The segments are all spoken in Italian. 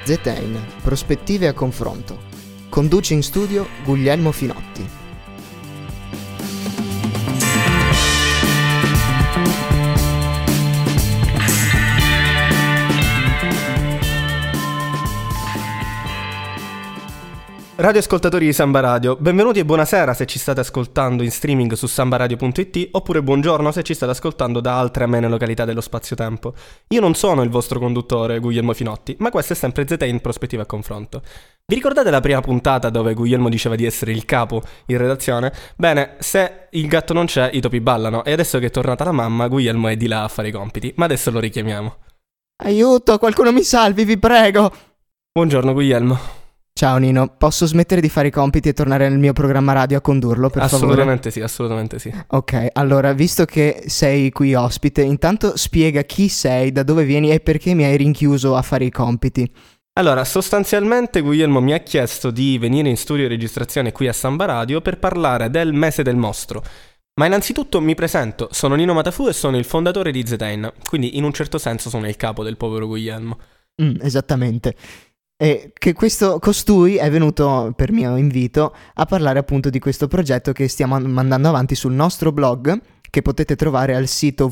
ZN, prospettive a confronto. Conduce in studio Guglielmo Finotti. Radioascoltatori di Samba Radio, benvenuti e buonasera se ci state ascoltando in streaming su sambaradio.it, oppure buongiorno se ci state ascoltando da altre amene località dello spazio-tempo. Io non sono il vostro conduttore, Guglielmo Finotti, ma questo è sempre ZN in prospettiva a confronto. Vi ricordate la prima puntata dove Guglielmo diceva di essere il capo in redazione? Bene, se il gatto non c'è, i topi ballano, e adesso che è tornata la mamma, Guglielmo è di là a fare i compiti, ma adesso lo richiamiamo. Aiuto, qualcuno mi salvi, vi prego! Buongiorno Guglielmo. Ciao Nino, posso smettere di fare i compiti e tornare nel mio programma radio a condurlo, per favore? Assolutamente sì. Ok, allora, visto che sei qui ospite, intanto spiega chi sei, da dove vieni e perché mi hai rinchiuso a fare i compiti. Allora, sostanzialmente Guglielmo mi ha chiesto di venire in studio di registrazione qui a Samba Radio per parlare del mese del mostro. Ma innanzitutto mi presento, sono Nino Matafu e sono il fondatore di ZN, quindi in un certo senso sono il capo del povero Guglielmo. Esattamente. E che costui è venuto per mio invito a parlare appunto di questo progetto che stiamo mandando avanti sul nostro blog, che potete trovare al sito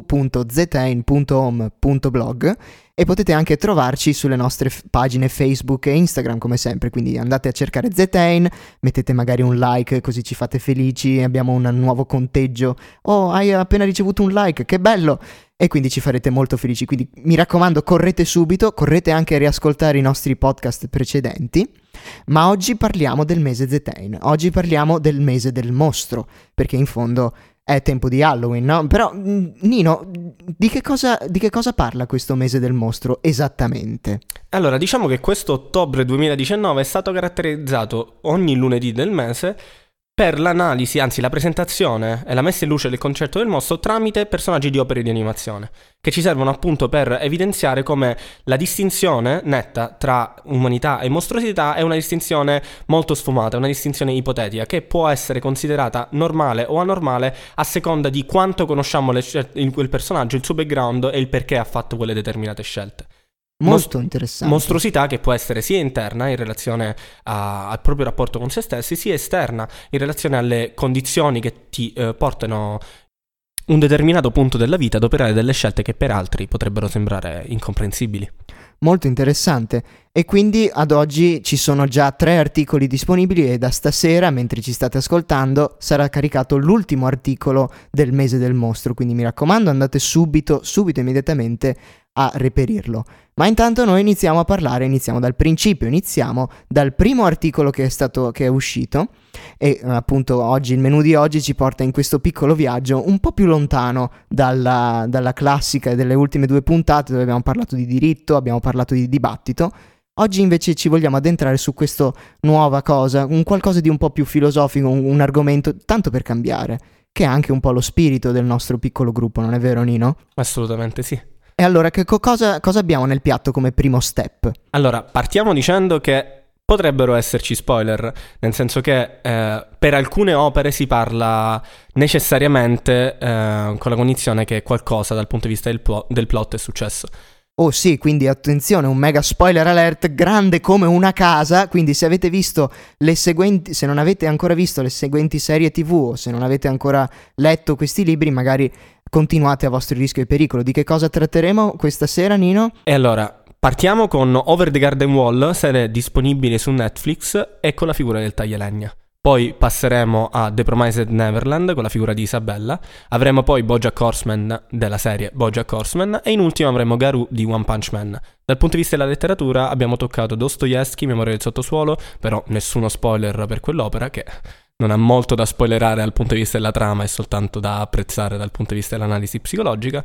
www.zetain.home.blog, e potete anche trovarci sulle nostre pagine Facebook e Instagram come sempre, quindi andate a cercare ZN, mettete magari un like così ci fate felici, abbiamo un nuovo conteggio, oh hai appena ricevuto un like, che bello! E quindi ci farete molto felici, quindi mi raccomando correte subito, correte anche a riascoltare i nostri podcast precedenti, ma oggi parliamo del mese ZN, oggi parliamo del mese del mostro, perché in fondo è tempo di Halloween, no? Però Nino, di che cosa parla questo mese del mostro esattamente? Allora, diciamo che questo ottobre 2019 è stato caratterizzato ogni lunedì del mese per l'analisi, anzi la presentazione e la messa in luce del concetto del mostro tramite personaggi di opere di animazione, che ci servono appunto per evidenziare come la distinzione netta tra umanità e mostruosità è una distinzione molto sfumata, una distinzione ipotetica, che può essere considerata normale o anormale a seconda di quanto conosciamo in quel personaggio, il suo background e il perché ha fatto quelle determinate scelte. Molto interessante. Mostruosità che può essere sia interna in relazione al proprio rapporto con se stessi, sia esterna in relazione alle condizioni che ti portano un determinato punto della vita ad operare delle scelte che per altri potrebbero sembrare incomprensibili. Molto interessante. E quindi ad oggi ci sono già 3 articoli disponibili e da stasera, mentre ci state ascoltando, sarà caricato l'ultimo articolo del mese del mostro, quindi mi raccomando andate subito immediatamente a reperirlo. Ma intanto noi iniziamo a parlare, iniziamo dal principio, iniziamo dal primo articolo che è uscito, e appunto oggi il menù di oggi ci porta in questo piccolo viaggio un po' più lontano dalla classica e delle ultime 2 puntate dove abbiamo parlato di diritto, abbiamo parlato di dibattito. Oggi invece ci vogliamo addentrare su questa nuova cosa, un qualcosa di un po' più filosofico, un argomento tanto per cambiare, che è anche un po' lo spirito del nostro piccolo gruppo, non è vero Nino? Assolutamente sì. E allora, cosa abbiamo nel piatto come primo step? Allora, partiamo dicendo che potrebbero esserci spoiler, nel senso che per alcune opere si parla necessariamente con la condizione che qualcosa dal punto di vista del plot è successo. Oh sì, quindi attenzione, un mega spoiler alert grande come una casa, quindi se avete visto se non avete ancora visto le seguenti serie TV o se non avete ancora letto questi libri, magari continuate a vostro rischio e pericolo. Di che cosa tratteremo questa sera, Nino? E allora, partiamo con Over the Garden Wall, serie disponibile su Netflix, e con la figura del taglialegna. Poi passeremo a The Promised Neverland con la figura di Isabella. Avremo poi BoJack Horseman della serie BoJack Horseman. E in ultimo avremo Garou di One Punch Man. Dal punto di vista della letteratura abbiamo toccato Dostoevsky, Memoria del sottosuolo, però nessuno spoiler per quell'opera, che non ha molto da spoilerare dal punto di vista della trama, è soltanto da apprezzare dal punto di vista dell'analisi psicologica.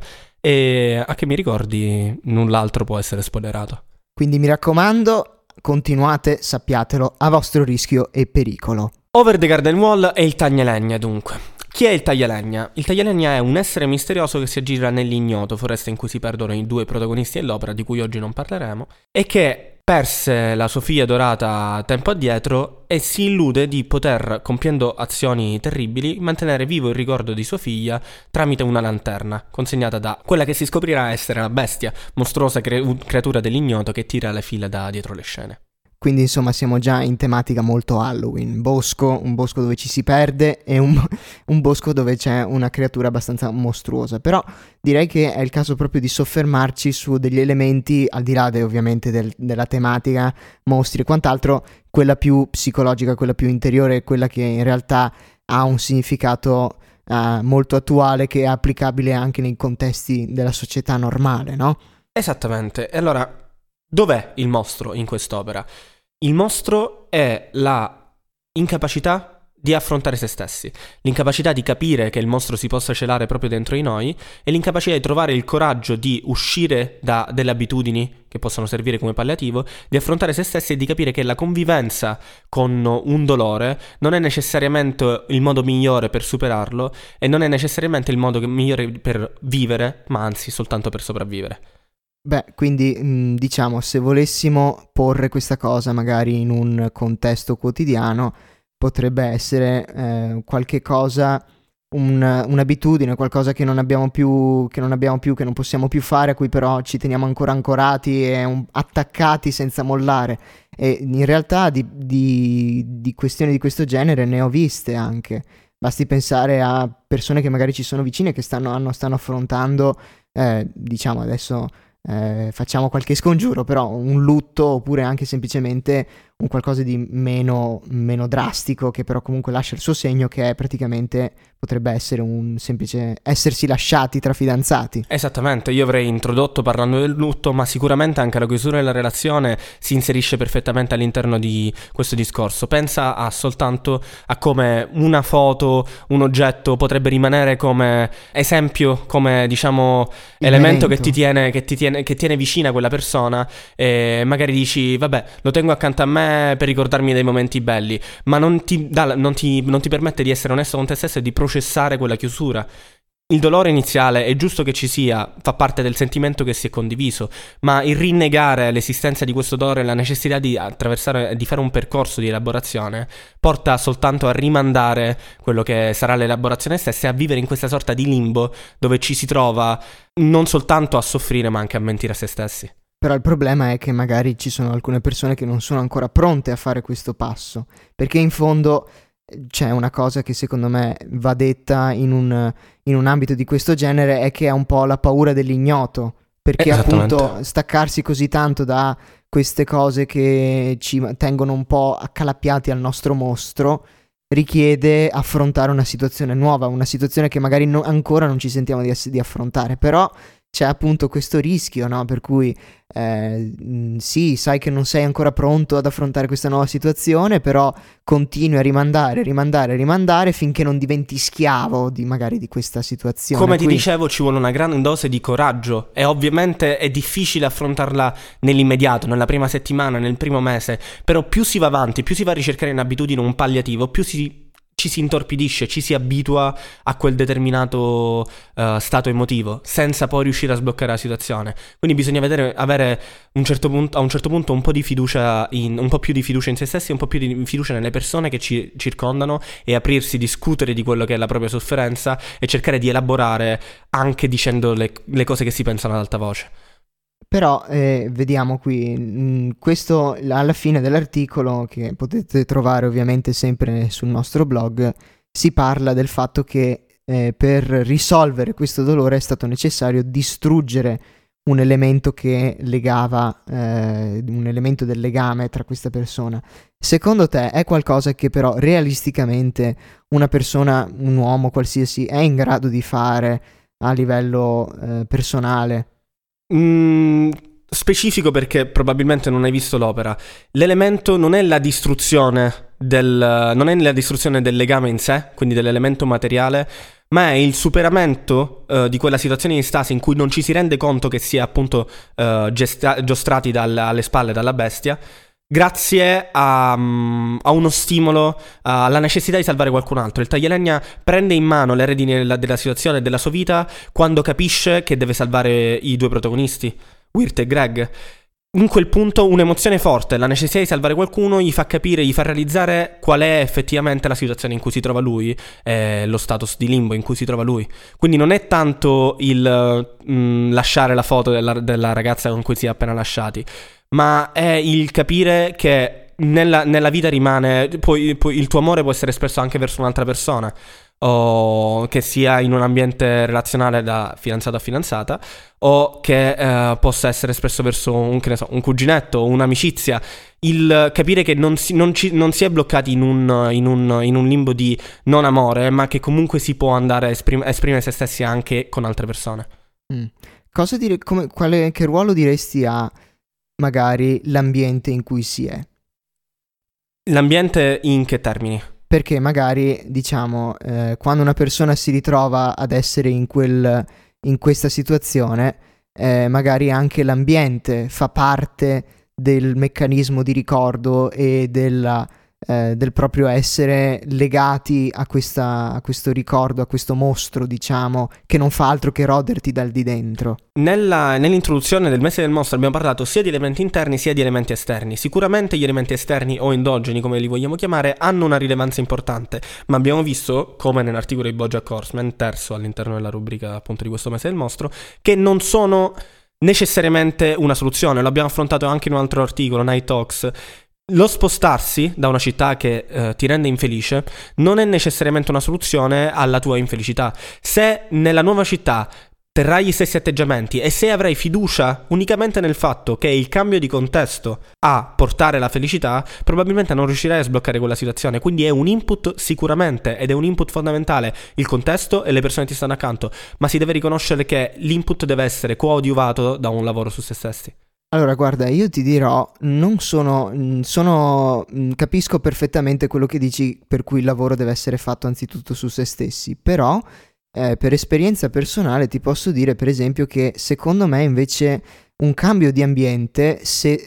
E a che mi ricordi, null'altro può essere spoilerato. Quindi mi raccomando, continuate, sappiatelo, a vostro rischio e pericolo. Over the Garden Wall è il taglialegna, dunque. Chi è il taglialegna? Il taglialegna è un essere misterioso che si aggira nell'ignoto, foresta in cui si perdono i 2 protagonisti dell'opera, di cui oggi non parleremo, e che perse la sua figlia dorata tempo addietro e si illude di poter, compiendo azioni terribili, mantenere vivo il ricordo di sua figlia tramite una lanterna consegnata da quella che si scoprirà essere la bestia, mostruosa creatura dell'ignoto che tira le fila da dietro le scene. Quindi insomma siamo già in tematica molto Halloween, un bosco dove ci si perde e un bosco dove c'è una creatura abbastanza mostruosa. Però direi che è il caso proprio di soffermarci su degli elementi, al di là ovviamente della tematica, mostri e quant'altro, quella più psicologica, quella più interiore, quella che in realtà ha un significato molto attuale, che è applicabile anche nei contesti della società normale, no? Esattamente. E allora, dov'è il mostro in quest'opera? Il mostro è la incapacità di affrontare se stessi, l'incapacità di capire che il mostro si possa celare proprio dentro di noi e l'incapacità di trovare il coraggio di uscire da delle abitudini che possono servire come palliativo, di affrontare se stessi e di capire che la convivenza con un dolore non è necessariamente il modo migliore per superarlo e non è necessariamente il modo migliore per vivere, ma anzi soltanto per sopravvivere. Beh, quindi diciamo, se volessimo porre questa cosa magari in un contesto quotidiano, potrebbe essere qualche cosa, un'abitudine, qualcosa che non abbiamo più, che non possiamo più fare, a cui però ci teniamo ancora ancorati e attaccati senza mollare. E in realtà di questioni di questo genere ne ho viste anche. Basti pensare a persone che magari ci sono vicine, che stanno affrontando, diciamo adesso... facciamo qualche scongiuro, però un lutto, oppure anche semplicemente un qualcosa di meno drastico, che però comunque lascia il suo segno, che è praticamente, potrebbe essere un semplice essersi lasciati tra fidanzati. Esattamente, io avrei introdotto parlando del lutto, ma sicuramente anche la chiusura della relazione si inserisce perfettamente all'interno di questo discorso. Pensa soltanto a come una foto, un oggetto potrebbe rimanere come esempio, come diciamo elemento che ti tiene vicina a quella persona, e magari dici vabbè, lo tengo accanto a me per ricordarmi dei momenti belli, ma non ti permette di essere onesto con te stesso e di processare quella chiusura. Il dolore iniziale è giusto che ci sia, fa parte del sentimento che si è condiviso, ma il rinnegare l'esistenza di questo dolore e la necessità di attraversare, di fare un percorso di elaborazione, porta soltanto a rimandare quello che sarà l'elaborazione stessa e a vivere in questa sorta di limbo dove ci si trova non soltanto a soffrire ma anche a mentire a se stessi. Però il problema è che magari ci sono alcune persone che non sono ancora pronte a fare questo passo, perché in fondo c'è una cosa che secondo me va detta in un ambito di questo genere, è che è un po' la paura dell'ignoto, perché appunto staccarsi così tanto da queste cose che ci tengono un po' accalappiati al nostro mostro richiede affrontare una situazione nuova, una situazione che magari ancora non ci sentiamo di affrontare, però c'è appunto questo rischio, no? Per cui sì, sai che non sei ancora pronto ad affrontare questa nuova situazione, però continui a rimandare finché non diventi schiavo magari di questa situazione. Come ti dicevo, ci vuole una gran dose di coraggio e ovviamente è difficile affrontarla nell'immediato, nella prima settimana, nel primo mese, però più si va avanti, più si va a ricercare in abitudine un palliativo, più ci si intorpidisce, ci si abitua a quel determinato stato emotivo senza poi riuscire a sbloccare la situazione. Quindi bisogna avere a un certo punto un po' di fiducia un po' più di fiducia in se stessi, un po' più di fiducia nelle persone che ci circondano e aprirsi, discutere di quello che è la propria sofferenza e cercare di elaborare anche dicendo le cose che si pensano ad alta voce. Però vediamo qui, questo alla fine dell'articolo, che potete trovare ovviamente sempre sul nostro blog, si parla del fatto che per risolvere questo dolore è stato necessario distruggere un elemento che legava, un elemento del legame tra questa persona. Secondo te è qualcosa che però realisticamente una persona, un uomo qualsiasi, è in grado di fare a livello personale? Specifico, perché probabilmente non hai visto l'opera. L'elemento non è la distruzione del legame in sé, quindi dell'elemento materiale, ma è il superamento di quella situazione di stasi in cui non ci si rende conto che si è appunto giostrati alle spalle dalla bestia, grazie a uno stimolo, alla necessità di salvare qualcun altro. Il taglialegna prende in mano le redini della situazione e della sua vita quando capisce che deve salvare i due protagonisti, Wirt e Greg. in quel punto un'emozione forte, la necessità di salvare qualcuno, gli fa capire, gli fa realizzare qual è effettivamente la situazione in cui si trova lui, lo status di limbo in cui si trova lui. Quindi non è tanto il lasciare la foto della ragazza con cui si è appena lasciati, ma è il capire che nella vita rimane, poi il tuo amore può essere espresso anche verso un'altra persona, o che sia in un ambiente relazionale da fidanzato a fidanzata, o che possa essere espresso verso un cuginetto o un'amicizia. Il capire che non si è bloccati in un limbo di non amore, ma che comunque si può andare a esprimere se stessi anche con altre persone. Cosa dire, che ruolo diresti a magari l'ambiente in cui si è? L'ambiente in che termini? Perché magari, diciamo, quando una persona si ritrova ad essere in questa situazione, magari anche l'ambiente fa parte del meccanismo di ricordo e del proprio essere legati a questo ricordo, a questo mostro, diciamo, che non fa altro che roderti dal di dentro. Nell'introduzione del mese del mostro abbiamo parlato sia di elementi interni sia di elementi esterni. Sicuramente gli elementi esterni o endogeni, come li vogliamo chiamare, hanno una rilevanza importante, ma abbiamo visto, come nell'articolo di BoJack Horseman, terzo all'interno della rubrica appunto di questo mese del mostro, che non sono necessariamente una soluzione. Lo abbiamo affrontato anche in un altro articolo, Night Talks. Lo spostarsi da una città che ti rende infelice non è necessariamente una soluzione alla tua infelicità. Se nella nuova città terrai gli stessi atteggiamenti e se avrai fiducia unicamente nel fatto che è il cambio di contesto a portare la felicità, probabilmente non riuscirai a sbloccare quella situazione. Quindi è un input sicuramente, ed è un input fondamentale, il contesto e le persone che ti stanno accanto, ma si deve riconoscere che l'input deve essere coadiuvato da un lavoro su se stessi. Allora, guarda, io ti dirò, capisco perfettamente quello che dici, per cui il lavoro deve essere fatto anzitutto su se stessi, però per esperienza personale ti posso dire, per esempio, che secondo me invece un cambio di ambiente,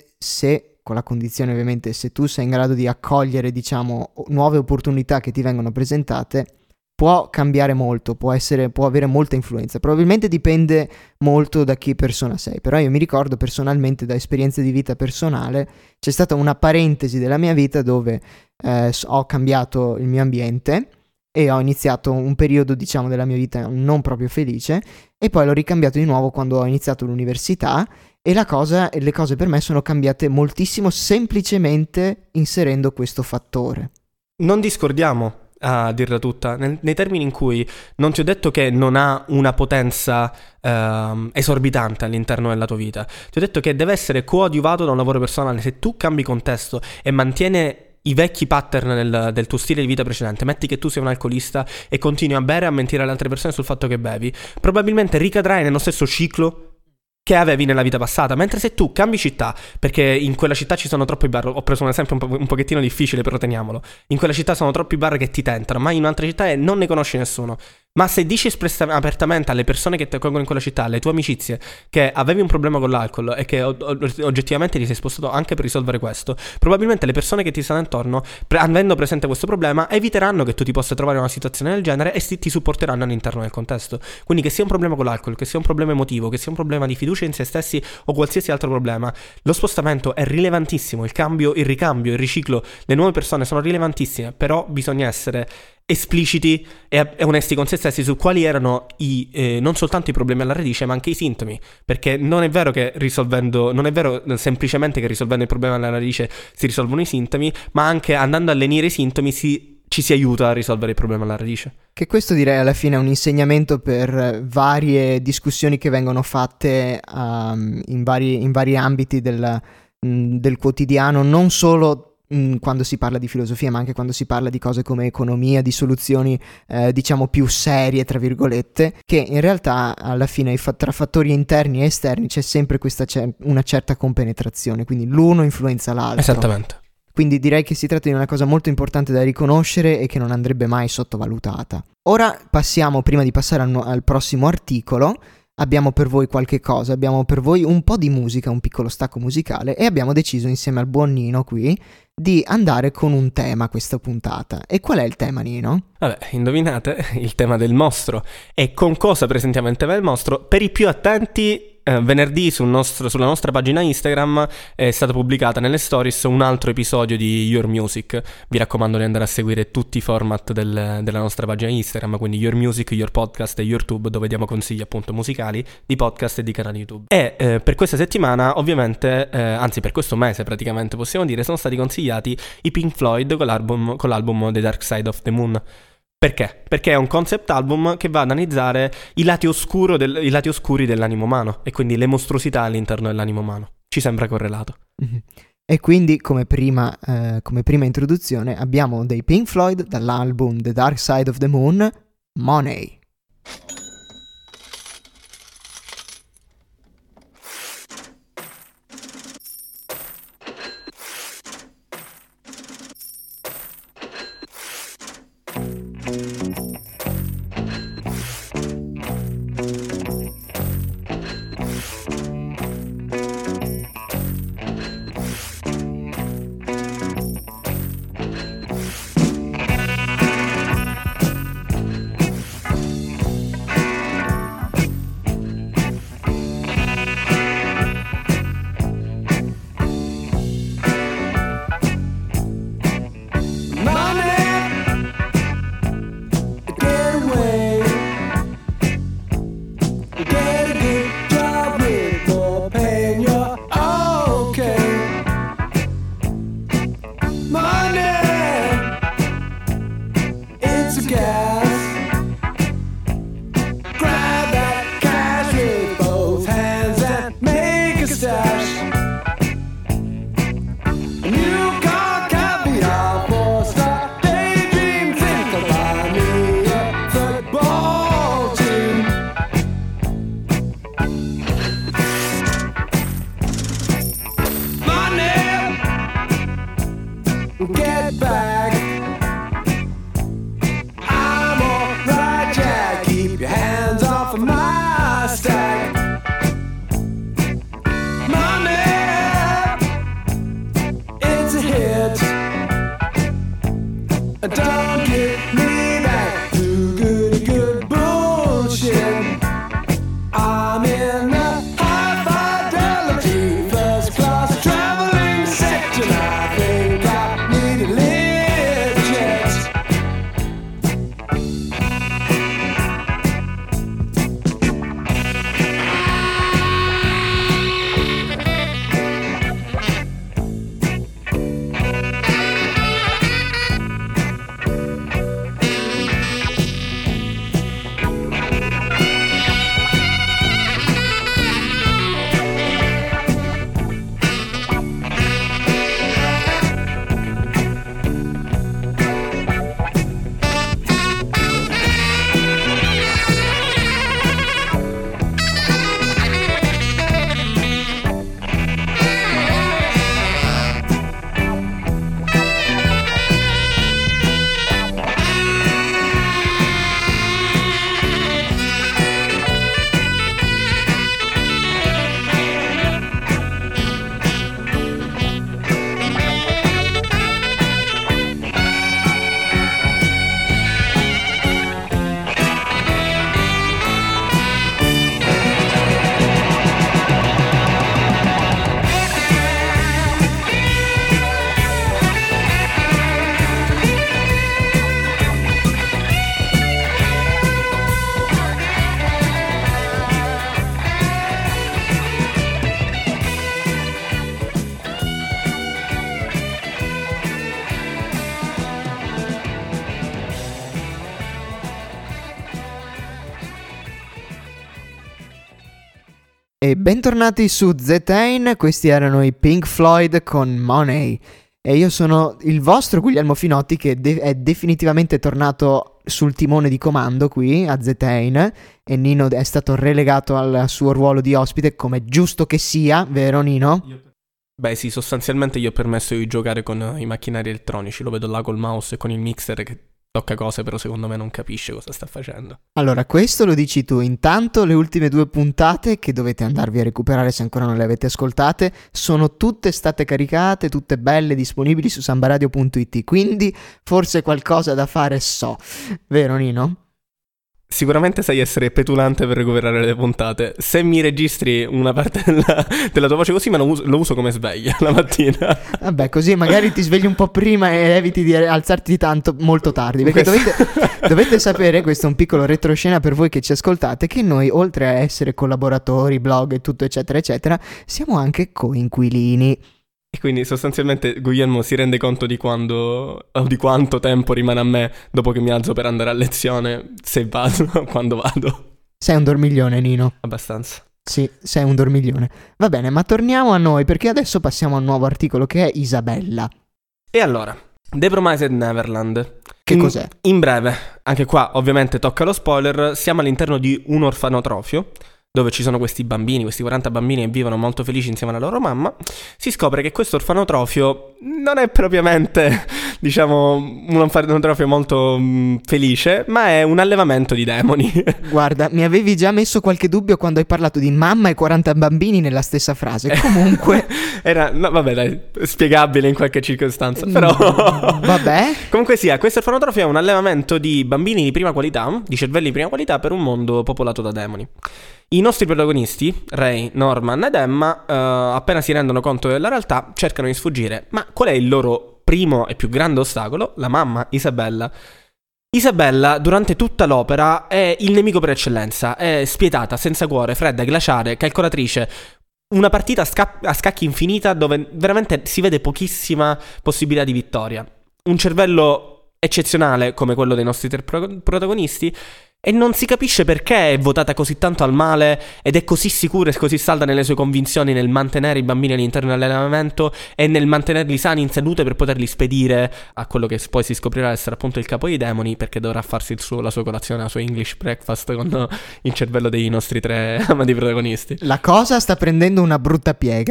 se con la condizione ovviamente, se tu sei in grado di accogliere, diciamo, nuove opportunità che ti vengono presentate, può cambiare molto, può avere molta influenza. Probabilmente dipende molto da che persona sei, però io mi ricordo personalmente, da esperienze di vita personale, c'è stata una parentesi della mia vita dove ho cambiato il mio ambiente e ho iniziato un periodo, diciamo, della mia vita non proprio felice, e poi l'ho ricambiato di nuovo quando ho iniziato l'università, e le cose per me sono cambiate moltissimo semplicemente inserendo questo fattore. Non discordiamo, a dirla tutta, nei termini in cui non ti ho detto che non ha una potenza esorbitante all'interno della tua vita. Ti ho detto che deve essere coadiuvato da un lavoro personale. Se tu cambi contesto e mantieni i vecchi pattern del tuo stile di vita precedente, metti che tu sei un alcolista e continui a bere e a mentire alle altre persone sul fatto che bevi, probabilmente ricadrai nello stesso ciclo che avevi nella vita passata. Mentre se tu cambi città, perché in quella città ci sono troppi bar, ho preso un esempio un pochettino difficile, però teniamolo, in quella città sono troppi bar che ti tentano, ma in un'altra città non ne conosci nessuno. Ma se dici apertamente alle persone che ti accolgono in quella città, alle tue amicizie, che avevi un problema con l'alcol e che oggettivamente ti sei spostato anche per risolvere questo, probabilmente le persone che ti stanno intorno, avendo presente questo problema, eviteranno che tu ti possa trovare in una situazione del genere e ti supporteranno all'interno del contesto. Quindi che sia un problema con l'alcol, che sia un problema emotivo, che sia un problema di fiducia in se stessi o qualsiasi altro problema, lo spostamento è rilevantissimo, il cambio, il ricambio, il riciclo, le nuove persone sono rilevantissime, però bisogna essere espliciti e onesti con se stessi su quali erano non soltanto i problemi alla radice, ma anche i sintomi, perché non è vero semplicemente che risolvendo il problema alla radice si risolvono i sintomi, ma anche andando a lenire i sintomi ci si aiuta a risolvere il problema alla radice. Che questo direi alla fine è un insegnamento per varie discussioni che vengono fatte in vari ambiti del quotidiano, non solo quando si parla di filosofia, ma anche quando si parla di cose come economia, di soluzioni diciamo più serie, tra virgolette, che in realtà alla fine tra fattori interni e esterni c'è sempre una certa compenetrazione, quindi l'uno influenza l'altro. Esattamente. Quindi direi che si tratta di una cosa molto importante da riconoscere e che non andrebbe mai sottovalutata. Ora passiamo, prima di passare al prossimo articolo, abbiamo per voi qualche cosa, abbiamo per voi un po' di musica, un piccolo stacco musicale, e abbiamo deciso insieme al buon Nino qui di andare con un tema questa puntata. E qual è il tema, Nino? Vabbè, indovinate, il tema del mostro. E con cosa presentiamo il tema del mostro? Per i più attenti venerdì sulla nostra pagina Instagram è stata pubblicata nelle stories un altro episodio di Your Music. Vi raccomando di andare a seguire tutti i format della nostra pagina Instagram, quindi Your Music, Your Podcast e YouTube, dove diamo consigli appunto musicali di podcast e di canali YouTube. E per questa settimana ovviamente, anzi per questo mese praticamente possiamo dire, sono stati consigliati i Pink Floyd con l'album The Dark Side of the Moon. Perché? Perché è un concept album che va ad analizzare i lati oscuri dell'animo umano e quindi le mostruosità all'interno dell'animo umano. Ci sembra correlato. Mm-hmm. E quindi come prima introduzione abbiamo dei Pink Floyd dall'album The Dark Side of the Moon, Money. E bentornati su Z-Tain, questi erano i Pink Floyd con Money. E io sono il vostro Guglielmo Finotti, che è definitivamente tornato sul timone di comando qui a Z-Tain, e Nino è stato relegato al suo ruolo di ospite, come giusto che sia, vero Nino? Beh sì, sostanzialmente io ho permesso di giocare con i macchinari elettronici, lo vedo là col mouse e con il mixer che tocca cose, però secondo me non capisce cosa sta facendo. Allora, questo lo dici tu. Intanto le ultime 2 puntate, che dovete andarvi a recuperare se ancora non le avete ascoltate, sono tutte state caricate, tutte belle, disponibili su sambaradio.it, quindi forse qualcosa da fare so. Vero Nino? Sicuramente sai essere petulante per recuperare le puntate. Se mi registri una parte della tua voce così, ma lo uso come sveglia la mattina. Vabbè, così magari ti svegli un po' prima e eviti di alzarti tanto molto tardi. Perché dovete sapere, questo è un piccolo retroscena per voi che ci ascoltate, che noi, oltre a essere collaboratori, blog e tutto eccetera eccetera, siamo anche coinquilini. E quindi sostanzialmente Guglielmo si rende conto di quando o di quanto tempo rimane a me dopo che mi alzo per andare a lezione, se vado, quando vado. Sei un dormiglione, Nino. Abbastanza. Sì, sei un dormiglione. Va bene, ma torniamo a noi, perché adesso passiamo a un nuovo articolo che è Isabella. E allora, The Promised Neverland. Che cos'è? In breve, anche qua ovviamente tocca lo spoiler, siamo all'interno di un orfanotrofio dove ci sono questi bambini, questi 40 bambini che vivono molto felici insieme alla loro mamma. Si scopre che questo orfanotrofio non è propriamente, diciamo, un orfanotrofio molto felice, ma è un allevamento di demoni. Guarda, mi avevi già messo qualche dubbio quando hai parlato di mamma e 40 bambini nella stessa frase. Comunque no, vabbè, dai, spiegabile in qualche circostanza, però vabbè. Comunque sia, questo orfanotrofio è un allevamento di bambini di prima qualità, di cervelli di prima qualità per un mondo popolato da demoni. I nostri protagonisti, Ray, Norman ed Emma, appena si rendono conto della realtà, cercano di sfuggire. Ma qual è il loro primo e più grande ostacolo? La mamma, Isabella. Isabella, durante tutta l'opera, è il nemico per eccellenza. È spietata, senza cuore, fredda, glaciale, calcolatrice. Una partita a scacchi infinita dove veramente si vede pochissima possibilità di vittoria. Un cervello eccezionale come quello dei nostri tre protagonisti. E non si capisce perché è votata così tanto al male ed è così sicura e così salda nelle sue convinzioni nel mantenere i bambini all'interno dell'allenamento e nel mantenerli sani in salute per poterli spedire a quello che poi si scoprirà essere appunto il capo dei demoni, perché dovrà farsi la sua colazione, la sua English breakfast con il cervello dei nostri tre amati protagonisti. La cosa sta prendendo una brutta piega.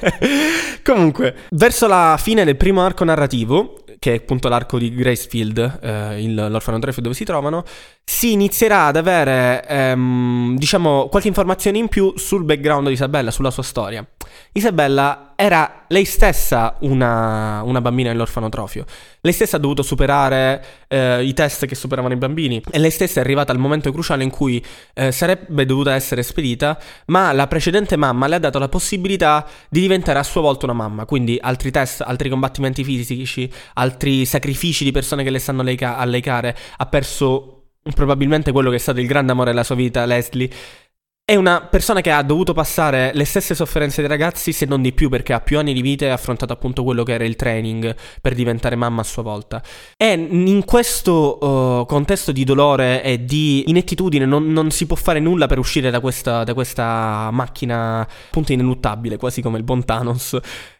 Comunque, verso la fine del primo arco narrativo, che è appunto l'arco di Gracefield, l'orfanotrofio dove si trovano, si inizierà ad avere, diciamo, qualche informazione in più sul background di Isabella, sulla sua storia. Isabella era lei stessa una bambina nell'orfanotrofio. Lei stessa ha dovuto superare i test che superavano i bambini e lei stessa è arrivata al momento cruciale in cui sarebbe dovuta essere spedita, ma la precedente mamma le ha dato la possibilità di diventare a sua volta una mamma, quindi altri test, altri combattimenti fisici, altri sacrifici di persone che le stanno a legare. Ha perso probabilmente quello che è stato il grande amore della sua vita, Leslie. È una persona che ha dovuto passare le stesse sofferenze dei ragazzi, se non di più, perché ha più anni di vita e ha affrontato appunto quello che era il training per diventare mamma a sua volta. E in questo contesto di dolore e di inettitudine non si può fare nulla per uscire da questa macchina appunto ineluttabile, quasi come il buon Thanos.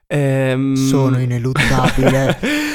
Sono ineluttabile.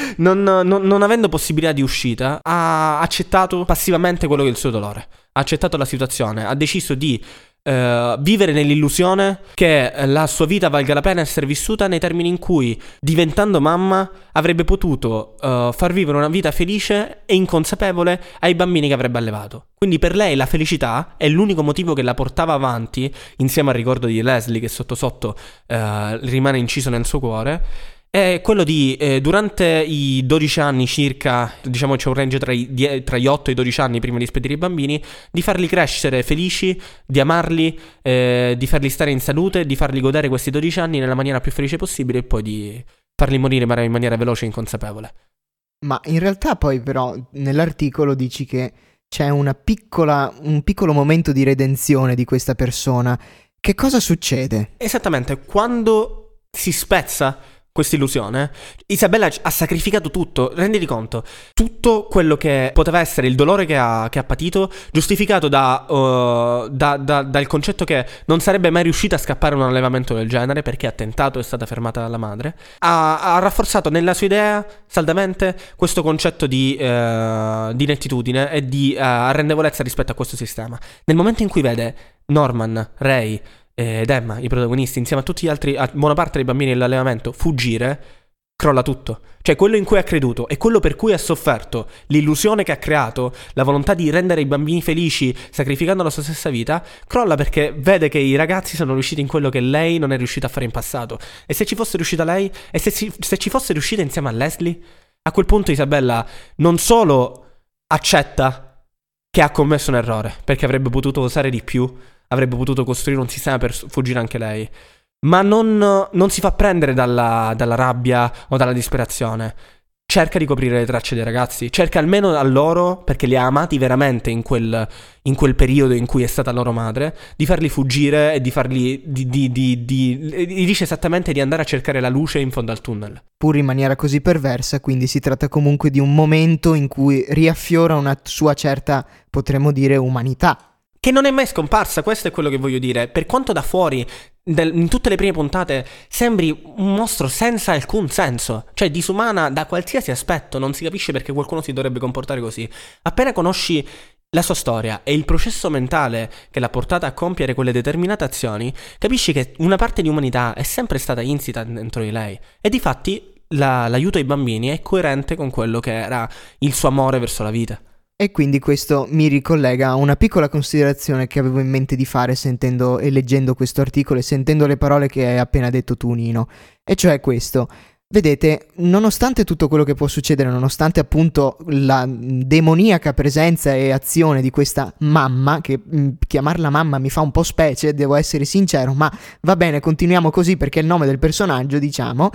Non avendo possibilità di uscita, ha accettato passivamente quello che è il suo dolore. Ha accettato la situazione, ha deciso di vivere nell'illusione che la sua vita valga la pena essere vissuta nei termini in cui, diventando mamma, avrebbe potuto far vivere una vita felice e inconsapevole ai bambini che avrebbe allevato. Quindi per lei la felicità è l'unico motivo che la portava avanti, insieme al ricordo di Leslie che sotto sotto rimane inciso nel suo cuore. È quello di, durante i 12 anni circa, diciamo c'è un range tra gli 8 e i 12 anni prima di spedire i bambini, di farli crescere felici, di amarli, di farli stare in salute, di farli godere questi 12 anni nella maniera più felice possibile e poi di farli morire in maniera veloce e inconsapevole. Ma in realtà poi però nell'articolo dici che c'è un piccolo momento di redenzione di questa persona. Che cosa succede? Esattamente, quando si spezza questa illusione, Isabella ha sacrificato tutto, renditi conto, tutto quello che poteva essere il dolore che ha patito, giustificato dal concetto che non sarebbe mai riuscita a scappare a un allevamento del genere perché ha tentato e è stata fermata dalla madre. Ha rafforzato nella sua idea saldamente questo concetto di inettitudine e di arrendevolezza rispetto a questo sistema. Nel momento in cui vede Norman, Ray ed Emma, i protagonisti, insieme a tutti gli altri, a buona parte dei bambini dell'allevamento, fuggire, crolla tutto. Cioè quello in cui ha creduto e quello per cui ha sofferto, l'illusione che ha creato, la volontà di rendere i bambini felici sacrificando la sua stessa vita, crolla perché vede che i ragazzi sono riusciti in quello che lei non è riuscita a fare in passato. E se ci fosse riuscita lei, e se ci fosse riuscita insieme a Leslie, a quel punto Isabella non solo accetta che ha commesso un errore, perché avrebbe potuto osare di più, avrebbe potuto costruire un sistema per fuggire anche lei. Ma non si fa prendere dalla rabbia o dalla disperazione. Cerca di coprire le tracce dei ragazzi, cerca almeno a loro, perché li ha amati veramente in quel periodo in cui è stata loro madre, di farli fuggire e di farli dice esattamente di andare a cercare la luce in fondo al tunnel. Pur in maniera così perversa, quindi si tratta comunque di un momento in cui riaffiora una sua certa, potremmo dire, umanità. Che non è mai scomparsa, questo è quello che voglio dire. Per quanto da fuori, in tutte le prime puntate, sembri un mostro senza alcun senso, cioè disumana da qualsiasi aspetto, non si capisce perché qualcuno si dovrebbe comportare così. Appena conosci la sua storia e il processo mentale che l'ha portata a compiere quelle determinate azioni, capisci che una parte di umanità è sempre stata insita dentro di lei. E difatti l'aiuto ai bambini è coerente con quello che era il suo amore verso la vita. E quindi questo mi ricollega a una piccola considerazione che avevo in mente di fare sentendo e leggendo questo articolo e sentendo le parole che hai appena detto tu, Nino. E cioè questo. Vedete, nonostante tutto quello che può succedere, nonostante appunto la demoniaca presenza e azione di questa mamma, che chiamarla mamma mi fa un po' specie, devo essere sincero, ma va bene, continuiamo così perché è il nome del personaggio, diciamo.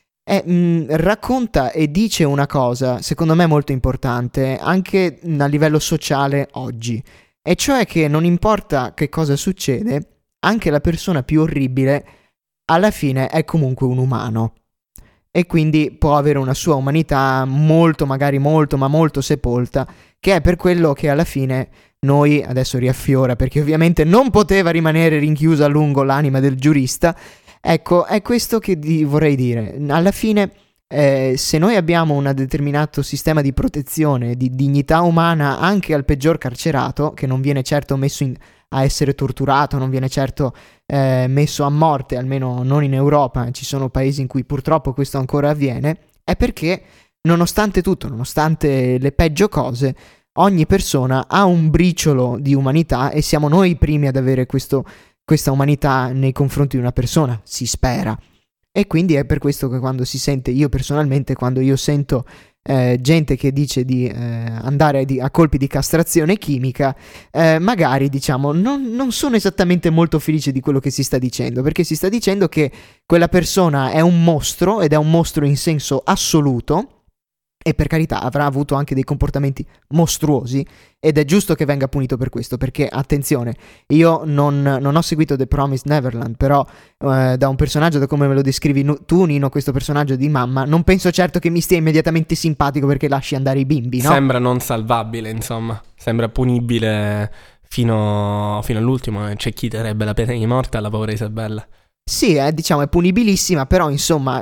Racconta e dice una cosa, secondo me molto importante, anche a livello sociale oggi, e cioè che non importa che cosa succede, anche la persona più orribile alla fine è comunque un umano, e quindi può avere una sua umanità molto, magari molto, ma molto sepolta, che è per quello che alla fine noi, adesso riaffiora, perché ovviamente non poteva rimanere rinchiusa a lungo l'anima del giurista. Ecco, è questo che vorrei dire. Alla fine, se noi abbiamo un determinato sistema di protezione, di dignità umana anche al peggior carcerato, che non viene certo messo a essere torturato, non viene certo messo a morte, almeno non in Europa, ci sono paesi in cui purtroppo questo ancora avviene, è perché nonostante tutto, nonostante le peggio cose, ogni persona ha un briciolo di umanità e siamo noi i primi ad avere questa umanità nei confronti di una persona, si spera. E quindi è per questo che quando si sente, io personalmente, quando io sento gente che dice di andare a colpi di castrazione chimica, magari diciamo non sono esattamente molto felice di quello che si sta dicendo, perché si sta dicendo che quella persona è un mostro, ed è un mostro in senso assoluto, e per carità avrà avuto anche dei comportamenti mostruosi ed è giusto che venga punito per questo, perché attenzione, io non ho seguito The Promised Neverland, però da un personaggio, da come me lo descrivi tu, Nino, questo personaggio di mamma, non penso certo che mi stia immediatamente simpatico perché lasci andare i bimbi, no? Sembra non salvabile, insomma, sembra punibile fino all'ultimo, c'è chi darebbe la pena di morte alla povera Isabella. Sì, diciamo è punibilissima, però insomma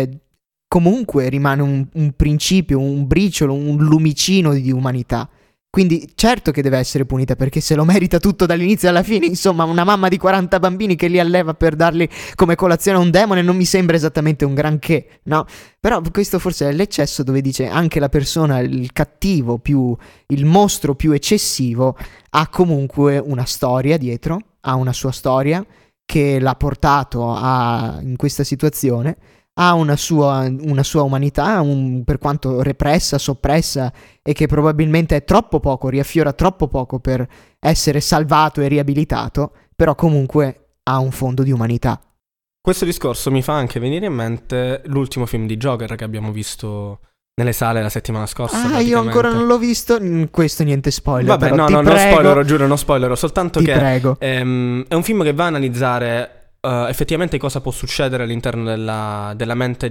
comunque rimane un principio, un briciolo, un lumicino di umanità. Quindi certo che deve essere punita, perché se lo merita tutto dall'inizio alla fine. Insomma, una mamma di 40 bambini che li alleva per darli come colazione a un demone non mi sembra esattamente un granché, no? Però questo forse è l'eccesso, dove dice anche la persona, il cattivo il mostro più eccessivo ha comunque una storia dietro, ha una sua storia che l'ha portato in questa situazione, ha una sua umanità, per quanto repressa, soppressa, e che probabilmente è troppo poco, riaffiora troppo poco per essere salvato e riabilitato, però comunque ha un fondo di umanità. Questo discorso mi fa anche venire in mente l'ultimo film di Joker che abbiamo visto nelle sale la settimana scorsa. Io ancora non l'ho visto, questo niente spoiler. Vabbè, però, no, non spoilerò, giuro, non spoilerò, soltanto che prego. È un film che va a analizzare effettivamente cosa può succedere all'interno della mente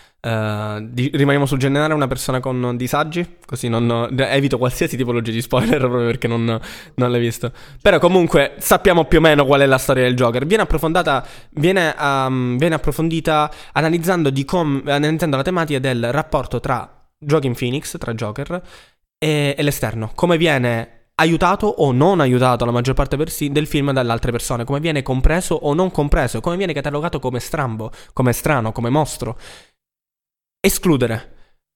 rimaniamo sul generale, una persona con disagi, così evito qualsiasi tipologia di spoiler proprio perché non l'hai visto. Però comunque sappiamo più o meno qual è la storia del Joker. Viene approfondita analizzando la tematica del rapporto tra Joaquin Phoenix, tra Joker e l'esterno, come viene aiutato o non aiutato la maggior parte del film dalle altre persone, come viene compreso o non compreso, come viene catalogato come strambo, come strano, come mostro. Escludere,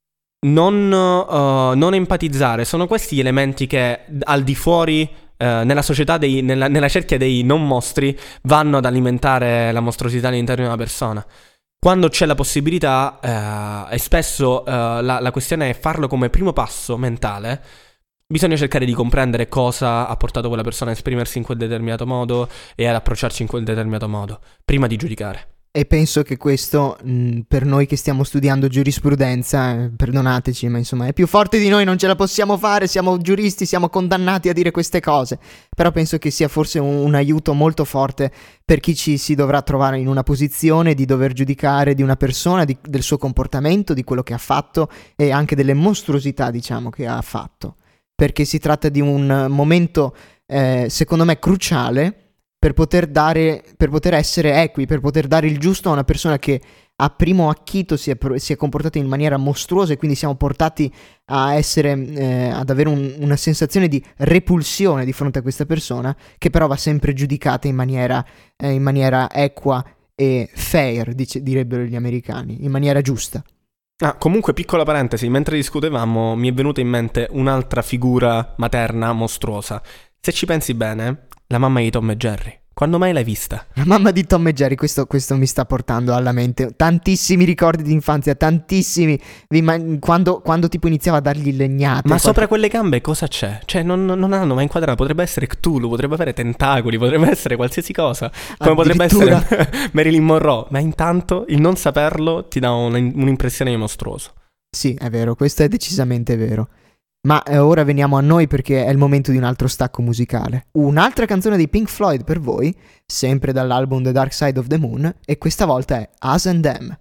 non empatizzare, sono questi gli elementi che al di fuori nella società nella cerchia dei non mostri vanno ad alimentare la mostruosità all'interno di una persona. Quando c'è la possibilità, e spesso la questione è farlo come primo passo mentale, Bisogna cercare di comprendere cosa ha portato quella persona a esprimersi in quel determinato modo e ad approcciarci in quel determinato modo, prima di giudicare. E penso che questo, per noi che stiamo studiando giurisprudenza, perdonateci, ma insomma è più forte di noi, non ce la possiamo fare, siamo giuristi, siamo condannati a dire queste cose. Però penso che sia forse un aiuto molto forte per chi ci si dovrà trovare in una posizione di dover giudicare di una persona, del suo comportamento, di quello che ha fatto e anche delle mostruosità, diciamo, che ha fatto. Perché si tratta di un momento, secondo me, cruciale per poter essere equi, per poter dare il giusto a una persona che a primo acchito si è comportata in maniera mostruosa e quindi siamo portati a essere, ad avere una sensazione di repulsione di fronte a questa persona, che però va sempre giudicata in maniera equa e fair, direbbero gli americani, in maniera giusta. Ah, comunque, piccola parentesi, mentre discutevamo mi è venuta in mente un'altra figura materna mostruosa. Se ci pensi bene, la mamma di Tom e Jerry. Quando mai l'hai vista? La mamma di Tom e Jerry, questo mi sta portando alla mente tantissimi ricordi di infanzia, tantissimi, quando tipo iniziava a dargli legnate. Ma sopra quelle gambe cosa c'è? Cioè non hanno mai inquadrato, potrebbe essere Cthulhu, potrebbe avere tentacoli, potrebbe essere qualsiasi cosa, come potrebbe essere Marilyn Monroe, ma intanto il non saperlo ti dà un'impressione di mostruoso. Sì, è vero, questo è decisamente vero. Ma ora veniamo a noi perché è il momento di un altro stacco musicale. Un'altra canzone dei Pink Floyd per voi, sempre dall'album The Dark Side of the Moon, e questa volta è Us and Them.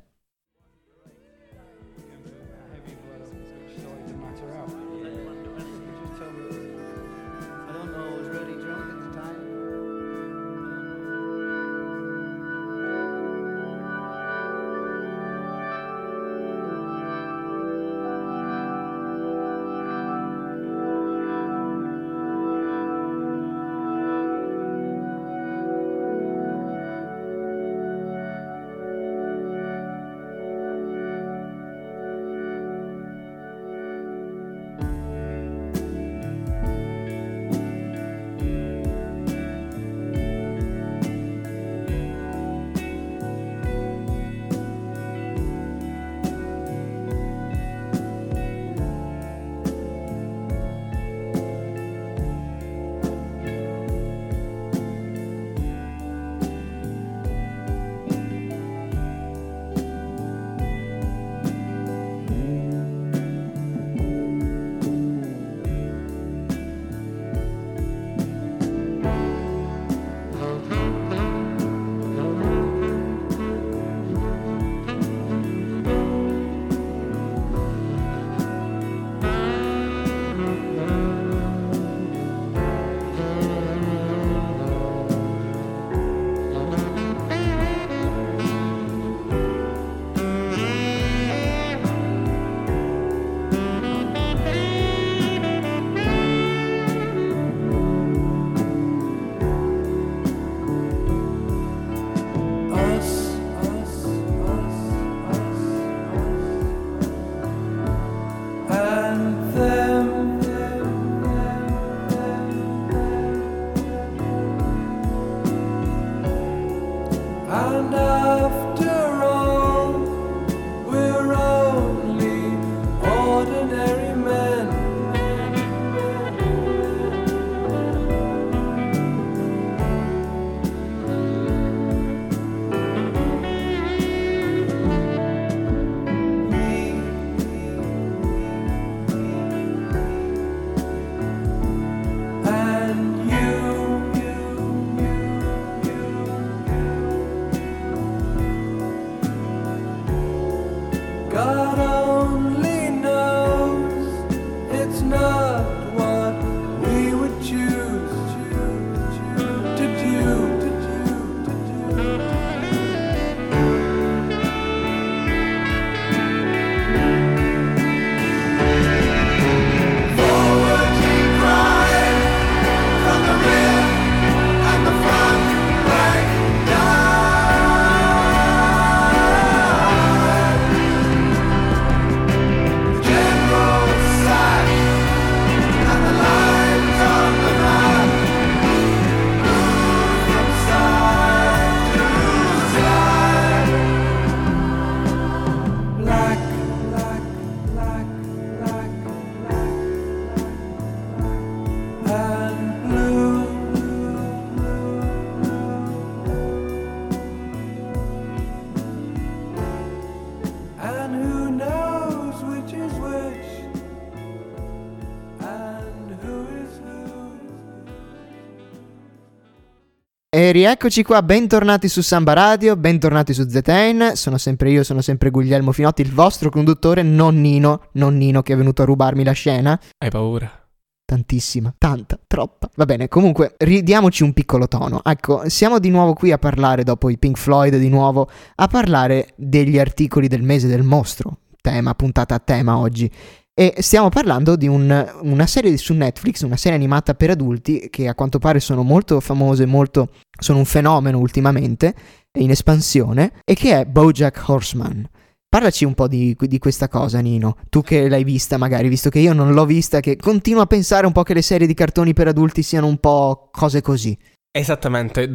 E rieccoci qua, bentornati su Samba Radio, bentornati su ZN, sono sempre io, sono sempre Guglielmo Finotti, il vostro conduttore, non Nino che è venuto a rubarmi la scena. Hai paura? Tantissima, tanta, troppa. Va bene, comunque ridiamoci un piccolo tono. Ecco, siamo di nuovo qui a parlare, dopo i Pink Floyd di nuovo, a parlare degli articoli del mese del mostro, puntata a tema oggi. E stiamo parlando di una serie su Netflix, una serie animata per adulti che a quanto pare sono molto famose, sono un fenomeno ultimamente, in espansione, e che è BoJack Horseman. Parlaci un po' di questa cosa, Nino, tu che l'hai vista magari, visto che io non l'ho vista, che continuo a pensare un po' che le serie di cartoni per adulti siano un po' cose così. Esattamente,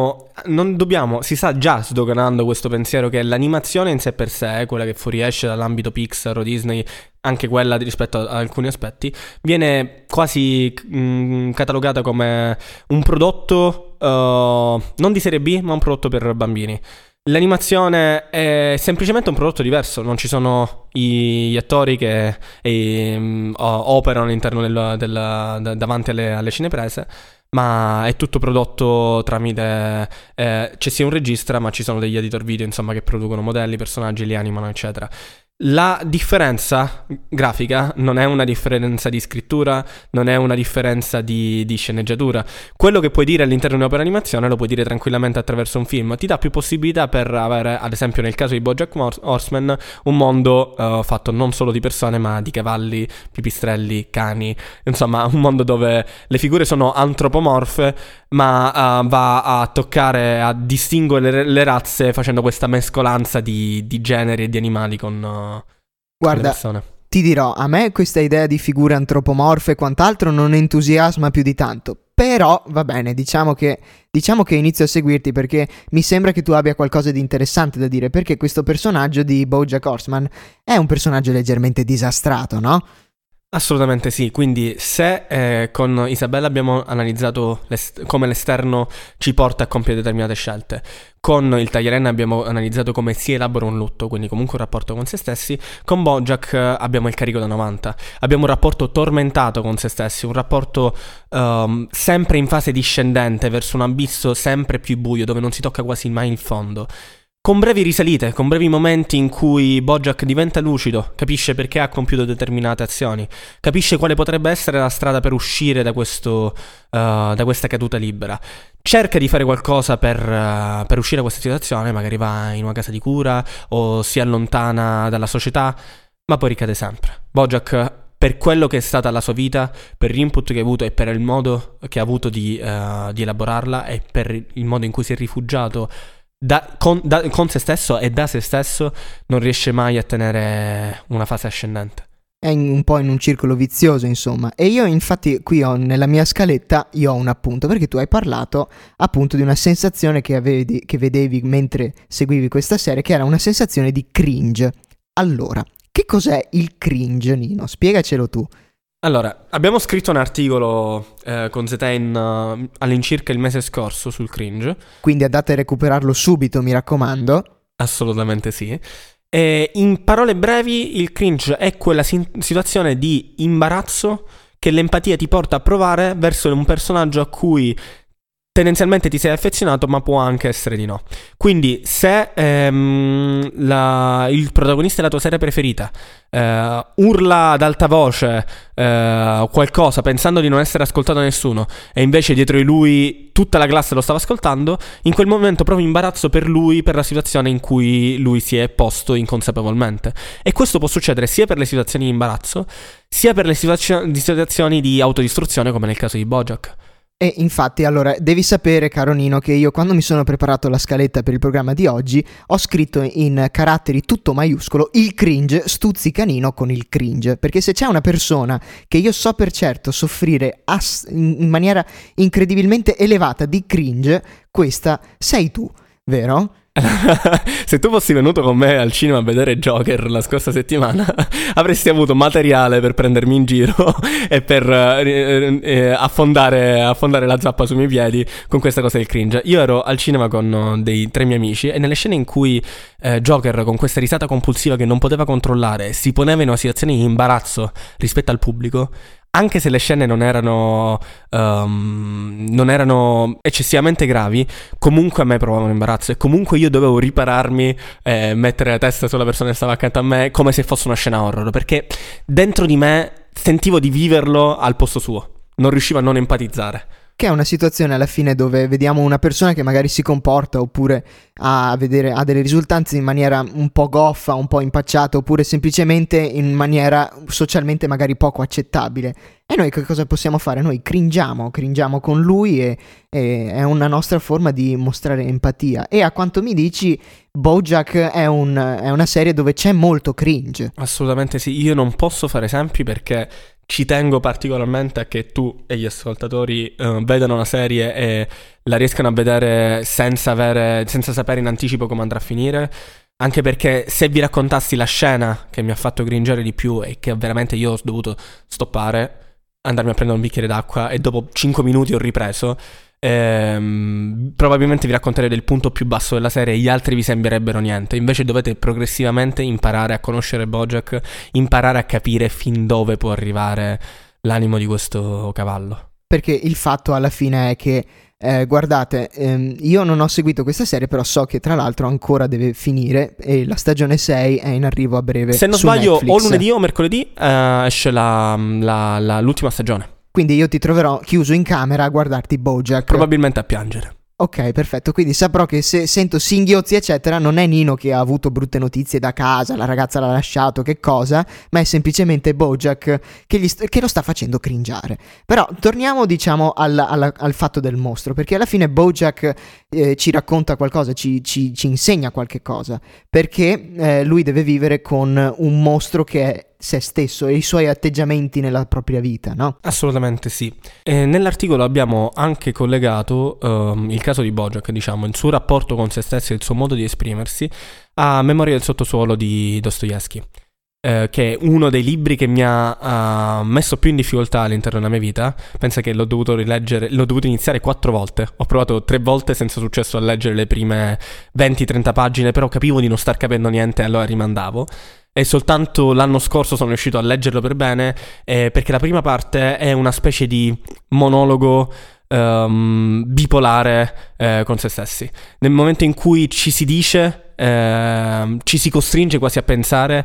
si sta già sdoganando questo pensiero che l'animazione in sé per sé, quella che fuoriesce dall'ambito Pixar o Disney, anche quella rispetto a alcuni aspetti, viene quasi catalogata come un prodotto non di serie B, ma un prodotto per bambini. L'animazione è semplicemente un prodotto diverso, non ci sono gli attori che operano all'interno davanti alle cineprese, ma è tutto prodotto tramite c'è sia un regista, ma ci sono degli editor video, insomma, che producono modelli, personaggi, li animano, eccetera. La differenza grafica non è una differenza di scrittura, non è una differenza di sceneggiatura. Quello che puoi dire all'interno di un'opera animazione lo puoi dire tranquillamente attraverso un film. Ti dà più possibilità per avere, ad esempio nel caso di BoJack Horseman, un mondo fatto non solo di persone ma di cavalli, pipistrelli, cani. Insomma, un mondo dove le figure sono antropomorfe, ma va a toccare, a distinguere le razze facendo questa mescolanza di generi e di animali con Guarda, ti dirò, a me questa idea di figure antropomorfe e quant'altro non entusiasma più di tanto. Però, va bene, diciamo che inizio a seguirti perché mi sembra che tu abbia qualcosa di interessante da dire, perché questo personaggio di BoJack Horseman è un personaggio leggermente disastrato, no? Assolutamente sì, quindi se con Isabella abbiamo analizzato come l'esterno ci porta a compiere determinate scelte, con il Tagliarenna abbiamo analizzato come si elabora un lutto, quindi comunque un rapporto con se stessi, con BoJack abbiamo il carico da 90, abbiamo un rapporto tormentato con se stessi, un rapporto sempre in fase discendente verso un abisso sempre più buio dove non si tocca quasi mai il fondo. Con brevi risalite, con brevi momenti in cui BoJack diventa lucido, capisce perché ha compiuto determinate azioni, capisce quale potrebbe essere la strada per uscire da questa caduta libera. Cerca di fare qualcosa per uscire da questa situazione, magari va in una casa di cura o si allontana dalla società, ma poi ricade sempre. BoJack, per quello che è stata la sua vita, per l'input che ha avuto e per il modo che ha avuto di elaborarla e per il modo in cui si è rifugiato con se stesso e da se stesso, non riesce mai a tenere una fase ascendente. È un po' in un circolo vizioso, insomma. E io infatti qui nella mia scaletta io ho un appunto, perché tu hai parlato appunto di una sensazione che vedevi mentre seguivi questa serie, che era una sensazione di cringe. Allora, che cos'è il cringe, Nino? Spiegacelo tu. Allora, abbiamo scritto un articolo con ZN all'incirca il mese scorso sul cringe. Quindi andate a recuperarlo subito, mi raccomando. Assolutamente sì. E in parole brevi, il cringe è quella situazione di imbarazzo che l'empatia ti porta a provare verso un personaggio a cui tendenzialmente ti sei affezionato, ma può anche essere di no. Quindi se il protagonista della tua serie preferita urla ad alta voce qualcosa pensando di non essere ascoltato da nessuno e invece dietro di lui tutta la classe lo stava ascoltando, in quel momento provi imbarazzo per lui, per la situazione in cui lui si è posto inconsapevolmente. E questo può succedere sia per le situazioni di imbarazzo, sia per le situazioni di autodistruzione, come nel caso di BoJack. E infatti, allora, devi sapere, caro Nino, che io quando mi sono preparato la scaletta per il programma di oggi ho scritto in caratteri tutto maiuscolo il cringe, stuzzica Nino con il cringe, perché se c'è una persona che io so per certo soffrire in maniera incredibilmente elevata di cringe, questa sei tu, vero? Se tu fossi venuto con me al cinema a vedere Joker la scorsa settimana avresti avuto materiale per prendermi in giro e per affondare la zappa sui miei piedi con questa cosa del cringe. Io ero al cinema con dei 3 miei amici e nelle scene in cui Joker, con questa risata compulsiva che non poteva controllare, si poneva in una situazione di imbarazzo rispetto al pubblico, anche se le scene non erano eccessivamente gravi, comunque a me provavano imbarazzo e comunque io dovevo ripararmi, mettere la testa sulla persona che stava accanto a me come se fosse una scena horror, perché dentro di me sentivo di viverlo al posto suo, non riuscivo a non empatizzare. Che è una situazione alla fine dove vediamo una persona che magari si comporta oppure ha delle risultanze in maniera un po' goffa, un po' impacciata, oppure semplicemente in maniera socialmente magari poco accettabile. E noi che cosa possiamo fare? Noi cringiamo con lui e è una nostra forma di mostrare empatia. E a quanto mi dici, BoJack è una serie dove c'è molto cringe. Assolutamente sì, io non posso fare esempi perché ci tengo particolarmente a che tu e gli ascoltatori vedano la serie e la riescano a vedere senza sapere in anticipo come andrà a finire. Anche perché se vi raccontassi la scena che mi ha fatto cringere di più e che veramente io ho dovuto stoppare, andarmi a prendere un bicchiere d'acqua e dopo 5 minuti ho ripreso, probabilmente vi racconterei del punto più basso della serie e gli altri vi sembrerebbero niente. Invece dovete progressivamente imparare a conoscere BoJack, imparare a capire fin dove può arrivare l'animo di questo cavallo. Perché il fatto alla fine è che guardate, io non ho seguito questa serie, però so che tra l'altro ancora deve finire e la stagione 6 è in arrivo a breve. Se non su sbaglio, Netflix. o lunedì o mercoledì esce l'ultima stagione. Quindi io ti troverò chiuso in camera a guardarti BoJack. Probabilmente a piangere. Ok, perfetto, quindi saprò che se sento singhiozzi eccetera non è Nino che ha avuto brutte notizie da casa, la ragazza l'ha lasciato, che cosa, ma è semplicemente BoJack che lo sta facendo cringiare. Però torniamo diciamo al fatto del mostro, perché alla fine BoJack ci racconta qualcosa, ci insegna qualche cosa, perché lui deve vivere con un mostro che è se stesso e i suoi atteggiamenti nella propria vita, no? Assolutamente sì. Nell'articolo abbiamo anche collegato il caso di BoJack, diciamo, il suo rapporto con se stesso e il suo modo di esprimersi a Memoria del sottosuolo di Dostoevskij, che è uno dei libri che mi ha messo più in difficoltà all'interno della mia vita. Pensa che l'ho dovuto iniziare 4 volte. Ho provato 3 volte senza successo a leggere le prime 20-30 pagine, però capivo di non star capendo niente e allora rimandavo. E soltanto l'anno scorso sono riuscito a leggerlo per bene, perché la prima parte è una specie di monologo bipolare con se stessi. Nel momento in cui ci si dice, ci si costringe quasi a pensare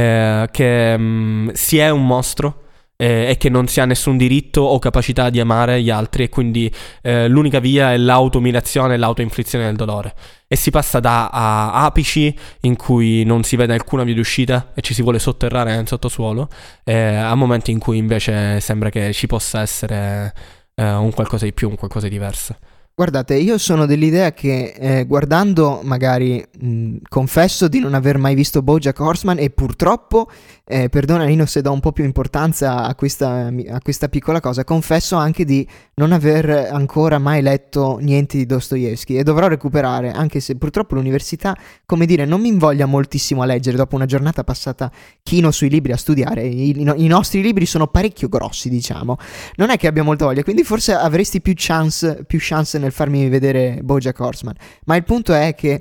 che si è un mostro e che non si ha nessun diritto o capacità di amare gli altri, e quindi l'unica via è l'autoumiliazione e l'autoinflizione del dolore. E si passa da apici in cui non si vede alcuna via d'uscita e ci si vuole sotterrare nel sottosuolo, a momenti in cui invece sembra che ci possa essere un qualcosa di più, un qualcosa di diverso. Guardate, io sono dell'idea che guardando magari confesso di non aver mai visto BoJack Horseman e purtroppo perdona Nino se do un po' più importanza a questa piccola cosa, confesso anche di non aver ancora mai letto niente di Dostoevskij e dovrò recuperare, anche se purtroppo l'università, come dire, non mi invoglia moltissimo a leggere dopo una giornata passata chino sui libri a studiare. I nostri libri sono parecchio grossi, diciamo, non è che abbia molta voglia, quindi forse avresti più chance nel farmi vedere BoJack Horseman, ma il punto è che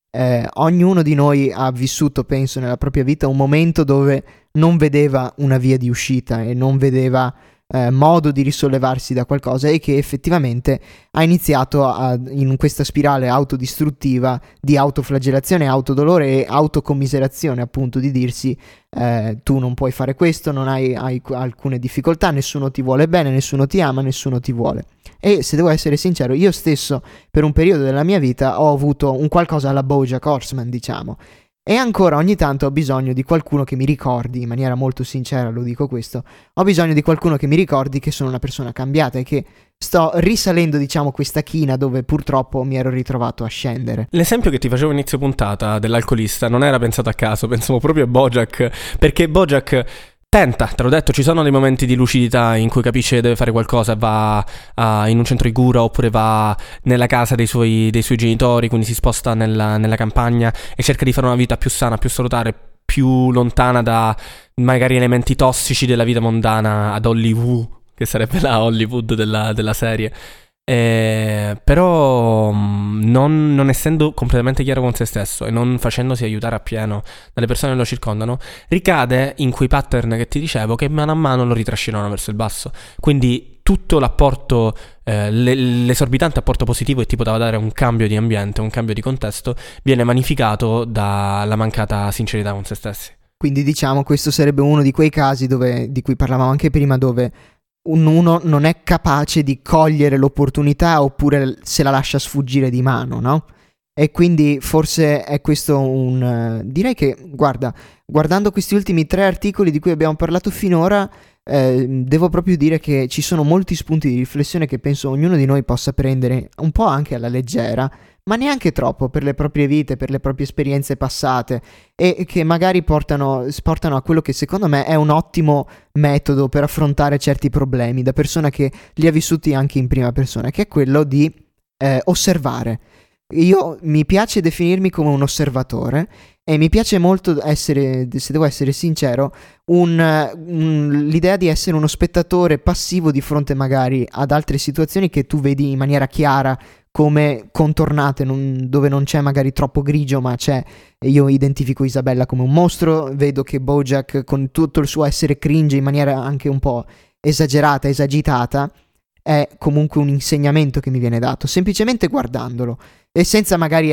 ognuno di noi ha vissuto, penso, nella propria vita un momento dove non vedeva una via di uscita e non vedeva modo di risollevarsi da qualcosa e che effettivamente ha iniziato in questa spirale autodistruttiva di autoflagellazione, autodolore e autocommiserazione, appunto, di dirsi tu non puoi fare questo, non hai alcune difficoltà, nessuno ti vuole bene, nessuno ti ama, nessuno ti vuole. E se devo essere sincero, io stesso per un periodo della mia vita ho avuto un qualcosa alla BoJack Horseman, diciamo, e ancora ogni tanto ho bisogno di qualcuno che mi ricordi, in maniera molto sincera lo dico questo, ho bisogno di qualcuno che mi ricordi che sono una persona cambiata e che sto risalendo, diciamo, questa china dove purtroppo mi ero ritrovato a scendere. L'esempio che ti facevo inizio puntata dell'alcolista non era pensato a caso, pensavo proprio a BoJack, perché BoJack tenta, te l'ho detto, ci sono dei momenti di lucidità in cui capisce che deve fare qualcosa, va in un centro di cura oppure va nella casa dei suoi genitori, quindi si sposta nella campagna e cerca di fare una vita più sana, più salutare, più lontana da magari elementi tossici della vita mondana ad Hollywood, che sarebbe la Hollywood della serie. Però non essendo completamente chiaro con se stesso e non facendosi aiutare appieno dalle persone che lo circondano, ricade in quei pattern che ti dicevo, che mano a mano lo ritrascinano verso il basso. Quindi tutto l'apporto, l'esorbitante apporto positivo che ti poteva dare un cambio di ambiente, un cambio di contesto, viene vanificato dalla mancata sincerità con se stessi. Quindi diciamo questo sarebbe uno di quei casi di cui parlavamo anche prima, dove uno non è capace di cogliere l'opportunità, oppure se la lascia sfuggire di mano, no? E quindi forse è questo direi che, guardando questi ultimi 3 articoli di cui abbiamo parlato finora, devo proprio dire che ci sono molti spunti di riflessione che penso ognuno di noi possa prendere un po' anche alla leggera, ma neanche troppo, per le proprie vite, per le proprie esperienze passate, e che magari portano a quello che secondo me è un ottimo metodo per affrontare certi problemi, da persona che li ha vissuti anche in prima persona, che è quello di osservare. Io mi piace definirmi come un osservatore, e mi piace molto essere, se devo essere sincero, l'idea di essere uno spettatore passivo di fronte magari ad altre situazioni che tu vedi in maniera chiara, come contornate, dove non c'è magari troppo grigio, ma c'è. Io identifico Isabella come un mostro, vedo che Bojack, con tutto il suo essere cringe in maniera anche un po' esagerata, esagitata, è comunque un insegnamento che mi viene dato semplicemente guardandolo, e senza magari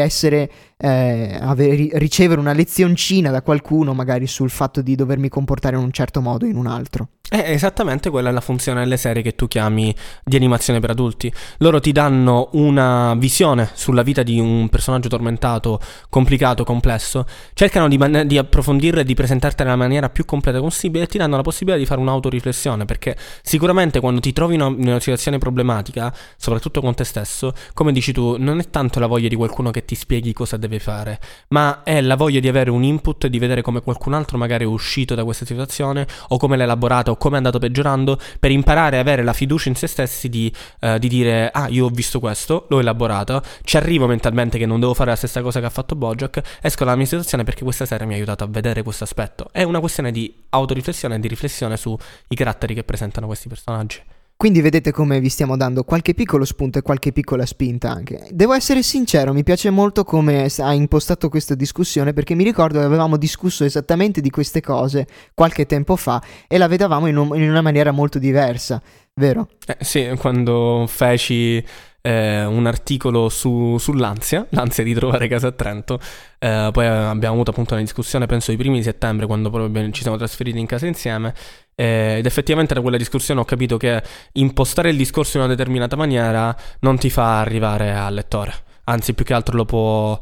ricevere una lezioncina da qualcuno magari sul fatto di dovermi comportare in un certo modo o in un altro. Esattamente quella è la funzione delle serie che tu chiami di animazione per adulti. Loro ti danno una visione sulla vita di un personaggio tormentato, complicato, complesso, cercano di approfondirla e di presentartela nella maniera più completa possibile, e ti danno la possibilità di fare un'autoriflessione, perché sicuramente quando ti trovi in una situazione problematica, soprattutto con te stesso, come dici tu, non è tanto la voglia di qualcuno che ti spieghi cosa deve fare, ma è la voglia di avere un input, di vedere come qualcun altro magari è uscito da questa situazione, o come l'ha elaborata, o come è andato peggiorando, per imparare a avere la fiducia in se stessi di dire: ah, io ho visto questo, l'ho elaborato, ci arrivo mentalmente che non devo fare la stessa cosa che ha fatto Bojack, esco dalla mia situazione perché questa serie mi ha aiutato a vedere questo aspetto. È una questione di autoriflessione e di riflessione sui caratteri che presentano questi personaggi. Quindi vedete come vi stiamo dando qualche piccolo spunto e qualche piccola spinta anche. Devo essere sincero, mi piace molto come ha impostato questa discussione, perché mi ricordo che avevamo discusso esattamente di queste cose qualche tempo fa e la vedevamo in una maniera molto diversa, vero? Sì, quando feci un articolo l'ansia di trovare casa a Trento, poi abbiamo avuto appunto una discussione, penso i primi di settembre, quando proprio ci siamo trasferiti in casa insieme, ed effettivamente da quella discussione ho capito che impostare il discorso in una determinata maniera non ti fa arrivare al lettore, anzi più che altro lo può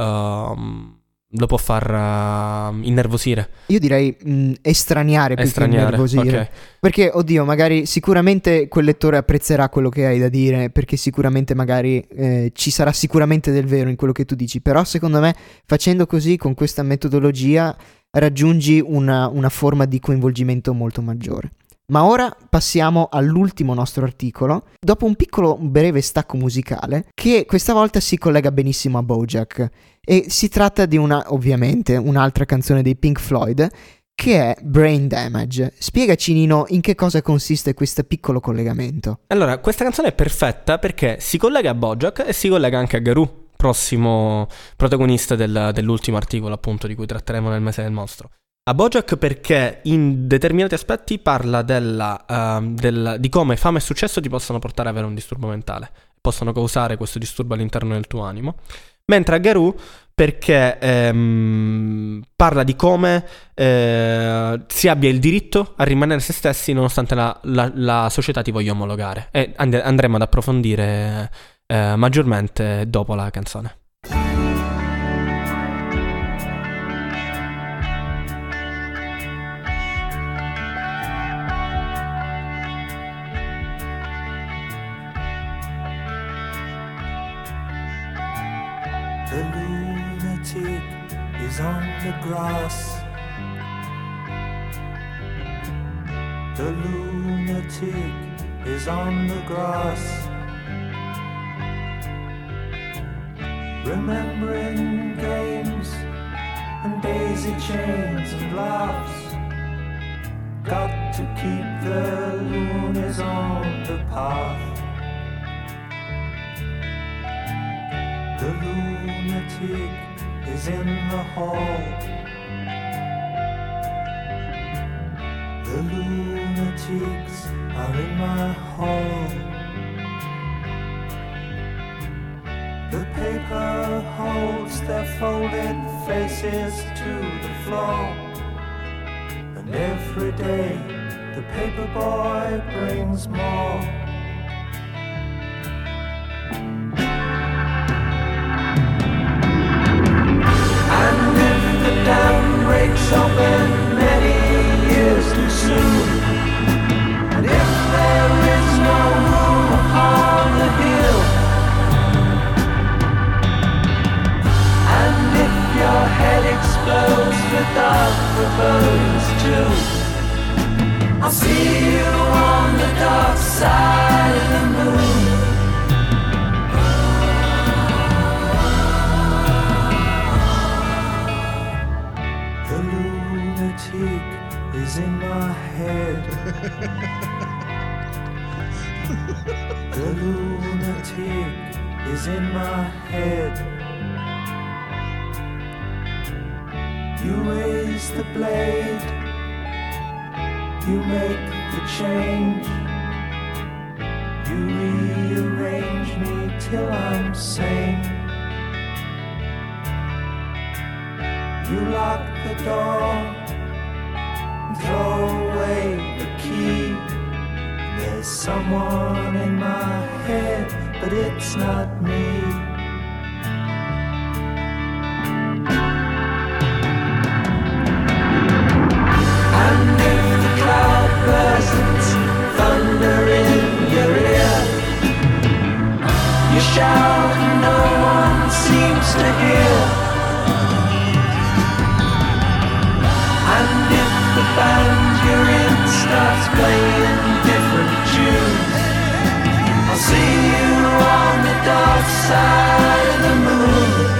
far innervosire. Io direi estraniare più che innervosire, okay. Perché oddio, magari sicuramente quel lettore apprezzerà quello che hai da dire, perché sicuramente magari ci sarà sicuramente del vero in quello che tu dici, però secondo me facendo così, con questa metodologia, raggiungi una forma di coinvolgimento molto maggiore. Ma ora passiamo all'ultimo nostro articolo, dopo un piccolo breve stacco musicale che questa volta si collega benissimo a Bojack, e si tratta di ovviamente un'altra canzone dei Pink Floyd, che è Brain Damage. Spiegaci, Nino, in che cosa consiste questo piccolo collegamento. Allora, questa canzone è perfetta perché si collega a Bojack e si collega anche a Garou, prossimo protagonista dell'ultimo articolo appunto di cui tratteremo nel mese del mostro. A Bojack perché in determinati aspetti parla di come fame e successo ti possono portare ad avere un disturbo mentale, possono causare questo disturbo all'interno del tuo animo, mentre a Garou perché parla di come si abbia il diritto a rimanere se stessi nonostante la società ti voglia omologare, e andremo ad approfondire maggiormente dopo la canzone. The lunatic is on the grass. The lunatic is on the grass. Remembering games and daisy chains and laughs. Got to keep the loonies on the path. The lunatic is in the hall. The lunatics are in my hall. The paper holds their folded faces to the floor. And every day the paper boy brings more. And if the dam breaks open many years too soon, and if there is no room upon the hill, and if your head explodes with dark forebodings too, I'll see you on the dark side of the moon. The lunatic is in my head. The lunatic is in my head. You raise the blade, you make the change, you rearrange me till I'm sane. You lock the door and throw away the key. There's someone in my head, but it's not me. And if the cloud bursts, thunder in your ear, you shout and no one seems to hear. And if the band you're in starts playing different tunes, I'll see you on the dark side of the moon.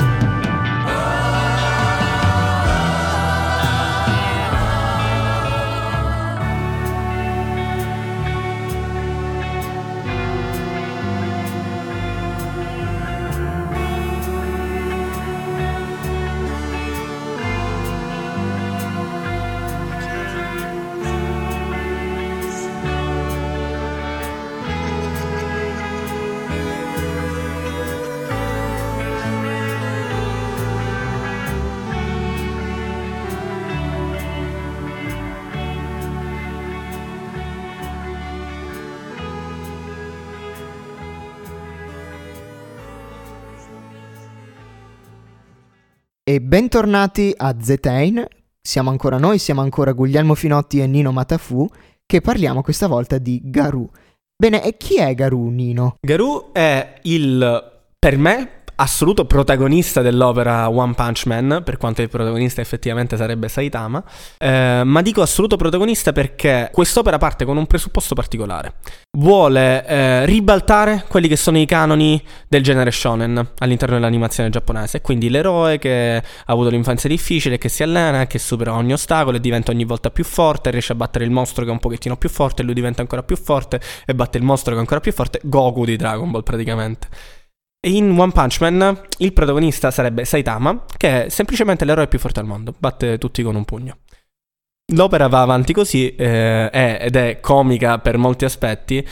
E bentornati a Zetain, siamo ancora noi, siamo ancora Guglielmo Finotti e Nino Matafu, che parliamo questa volta di Garou. Bene, e chi è Garou, Nino? Garou è per me, assoluto protagonista dell'opera One Punch Man, per quanto il protagonista effettivamente sarebbe Saitama, ma dico assoluto protagonista perché quest'opera parte con un presupposto particolare. Vuole ribaltare quelli che sono i canoni del genere shonen all'interno dell'animazione giapponese, quindi l'eroe che ha avuto l'infanzia difficile, che si allena, che supera ogni ostacolo e diventa ogni volta più forte, riesce a battere il mostro che è un pochettino più forte, lui diventa ancora più forte e batte il mostro che è ancora più forte, Goku di Dragon Ball praticamente. In One Punch Man il protagonista sarebbe Saitama, che è semplicemente l'eroe più forte al mondo, batte tutti con un pugno. L'opera va avanti così ed è comica per molti aspetti,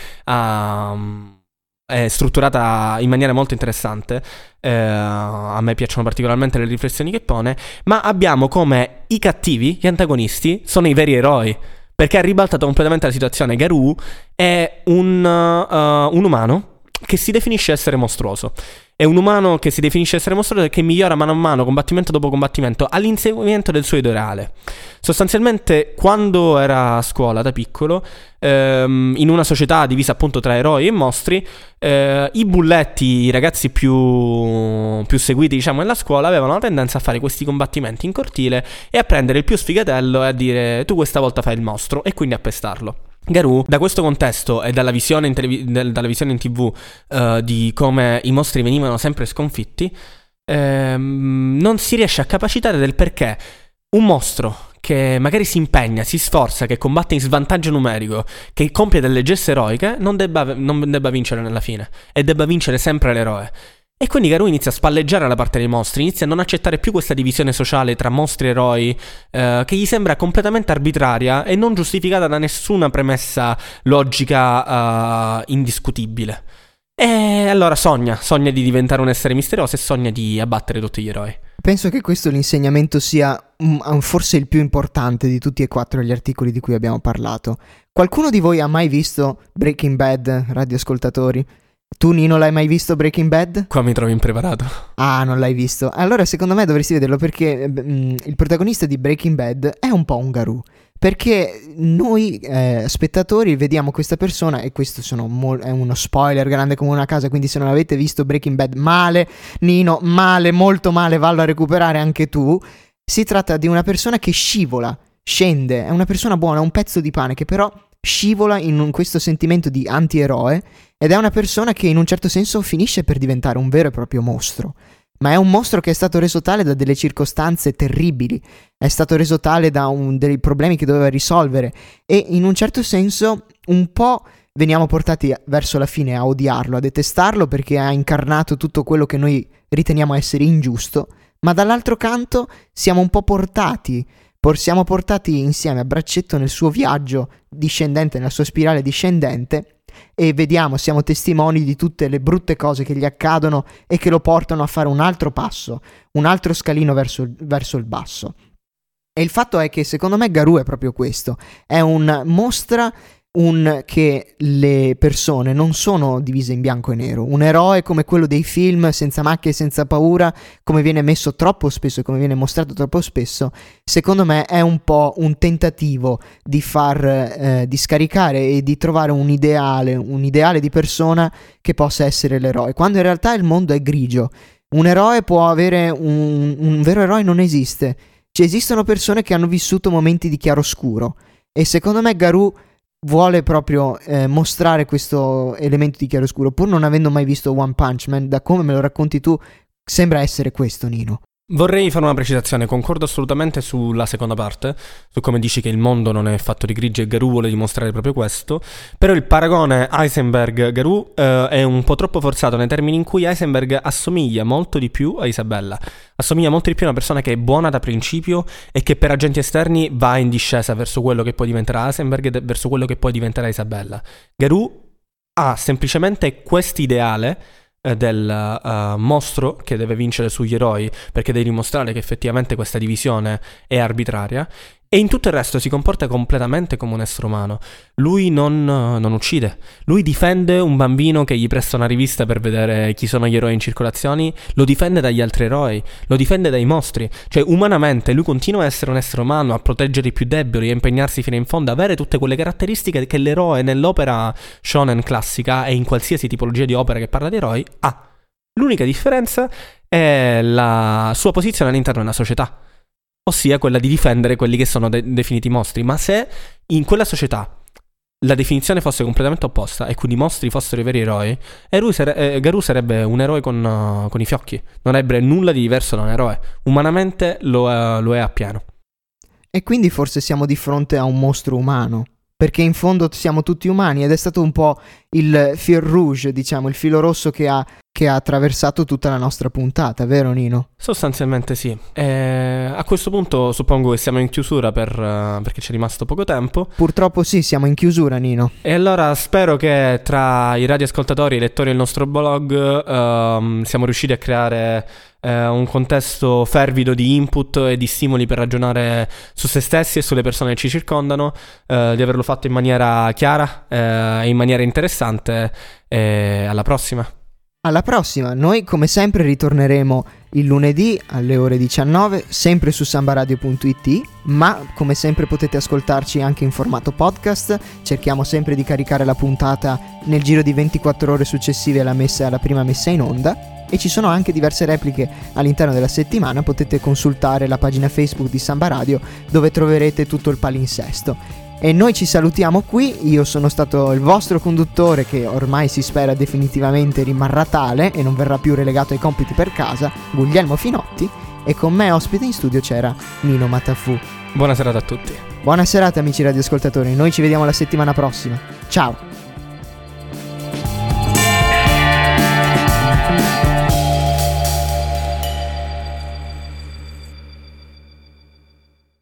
è strutturata in maniera molto interessante, a me piacciono particolarmente le riflessioni che pone, ma abbiamo come i cattivi, gli antagonisti, sono i veri eroi, perché ha ribaltato completamente la situazione. Garou è un umano che si definisce essere mostruoso. È un umano che si definisce essere mostruoso e che migliora mano a mano, combattimento dopo combattimento, all'inseguimento del suo ideale. Sostanzialmente, quando era a scuola da piccolo, in una società divisa appunto tra eroi e mostri, i bulletti, i ragazzi più seguiti, diciamo, nella scuola, avevano la tendenza a fare questi combattimenti in cortile e a prendere il più sfigatello e a dire: tu questa volta fai il mostro, e quindi a pestarlo. Garou, da questo contesto e dalla visione in TV di come i mostri venivano sempre sconfitti, non si riesce a capacitare del perché un mostro che magari si impegna, si sforza, che combatte in svantaggio numerico, che compie delle gesta eroiche, non debba vincere nella fine e debba vincere sempre l'eroe. E quindi Garou inizia a spalleggiare la parte dei mostri, inizia a non accettare più questa divisione sociale tra mostri e eroi, che gli sembra completamente arbitraria e non giustificata da nessuna premessa logica indiscutibile. E allora sogna di diventare un essere misterioso e sogna di abbattere tutti gli eroi. Penso che questo l'insegnamento sia forse il più importante di tutti e 4 gli articoli di cui abbiamo parlato. Qualcuno di voi ha mai visto Breaking Bad, radioascoltatori? Tu, Nino, l'hai mai visto Breaking Bad? Qua mi trovo impreparato. Ah, non l'hai visto. Allora secondo me dovresti vederlo, perché il protagonista di Breaking Bad è un po' un Garou. Perché noi spettatori vediamo questa persona, e questo è uno spoiler grande come una casa, quindi se non avete visto Breaking Bad, male, Nino, male, molto male, vallo a recuperare anche tu. Si tratta di una persona che scivola, scende, è una persona buona, un pezzo di pane che però scivola in questo sentimento di antieroe, ed è una persona che in un certo senso finisce per diventare un vero e proprio mostro. Ma è un mostro che è stato reso tale da delle circostanze terribili, è stato reso tale da dei problemi che doveva risolvere, e in un certo senso un po' veniamo portati verso la fine a odiarlo, a detestarlo, perché ha incarnato tutto quello che noi riteniamo essere ingiusto, ma dall'altro canto siamo un po' portati insieme a braccetto nel suo viaggio discendente, nella sua spirale discendente, e vediamo, siamo testimoni di tutte le brutte cose che gli accadono e che lo portano a fare un altro passo, un altro scalino verso il basso. E il fatto è che secondo me Garou è proprio questo, mostra che le persone non sono divise in bianco e nero. Un eroe come quello dei film, senza macchie e senza paura, come viene messo troppo spesso e come viene mostrato troppo spesso, secondo me è un po' un tentativo di di scaricare e di trovare un ideale di persona che possa essere l'eroe, quando in realtà il mondo è grigio. Un eroe può avere un vero eroe non esiste. Cioè, esistono persone che hanno vissuto momenti di chiaroscuro, e secondo me Garou vuole proprio mostrare questo elemento di chiaroscuro, pur non avendo mai visto One Punch Man. Da come me lo racconti tu sembra essere questo, Nino. Vorrei fare una precisazione, concordo assolutamente sulla seconda parte, su come dici che il mondo non è fatto di grigi e Garou vuole dimostrare proprio questo, però il paragone Heisenberg-Garou è un po' troppo forzato, nei termini in cui Heisenberg assomiglia molto di più a Isabella, assomiglia molto di più a una persona che è buona da principio e che per agenti esterni va in discesa verso quello che poi diventerà Heisenberg e verso quello che poi diventerà Isabella. Garou ha semplicemente quest'ideale del mostro che deve vincere sugli eroi, perché deve dimostrare che effettivamente questa divisione è arbitraria, e in tutto il resto si comporta completamente come un essere umano. Lui non uccide, lui difende un bambino che gli presta una rivista per vedere chi sono gli eroi in circolazione, lo difende dagli altri eroi, lo difende dai mostri. Cioè, umanamente lui continua a essere un essere umano, a proteggere i più deboli, a impegnarsi fino in fondo, a avere tutte quelle caratteristiche che l'eroe nell'opera shonen classica e in qualsiasi tipologia di opera che parla di eroi ha. L'unica differenza è la sua posizione all'interno della società, ossia quella di difendere quelli che sono definiti mostri. Ma se in quella società la definizione fosse completamente opposta e quindi i mostri fossero i veri eroi, Garou sarebbe un eroe con i fiocchi, non avrebbe nulla di diverso da un eroe. Umanamente lo è appieno. E quindi forse siamo di fronte a un mostro umano, perché in fondo siamo tutti umani, ed è stato un po' il fil rouge, diciamo, il filo rosso che ha attraversato tutta la nostra puntata, vero Nino? Sostanzialmente sì. A questo punto suppongo che siamo in chiusura perché c'è rimasto poco tempo. Purtroppo sì, siamo in chiusura, Nino. E allora spero che tra i radioascoltatori e i lettori del nostro blog siamo riusciti a creare un contesto fervido di input e di stimoli per ragionare su se stessi e sulle persone che ci circondano, di averlo fatto in maniera chiara e in maniera interessante. Alla prossima. Alla prossima, noi come sempre ritorneremo il lunedì alle ore 19, sempre su sambaradio.it, ma come sempre potete ascoltarci anche in formato podcast. Cerchiamo sempre di caricare la puntata nel giro di 24 ore successive alla prima messa in onda, e ci sono anche diverse repliche all'interno della settimana. Potete consultare la pagina Facebook di Samba Radio, dove troverete tutto il palinsesto. E noi ci salutiamo qui. Io sono stato il vostro conduttore, che ormai si spera definitivamente rimarrà tale e non verrà più relegato ai compiti per casa, Guglielmo Finotti, e con me ospite in studio c'era Nino Matafu. Buona serata a tutti. Buona serata amici radioascoltatori, noi ci vediamo la settimana prossima. Ciao.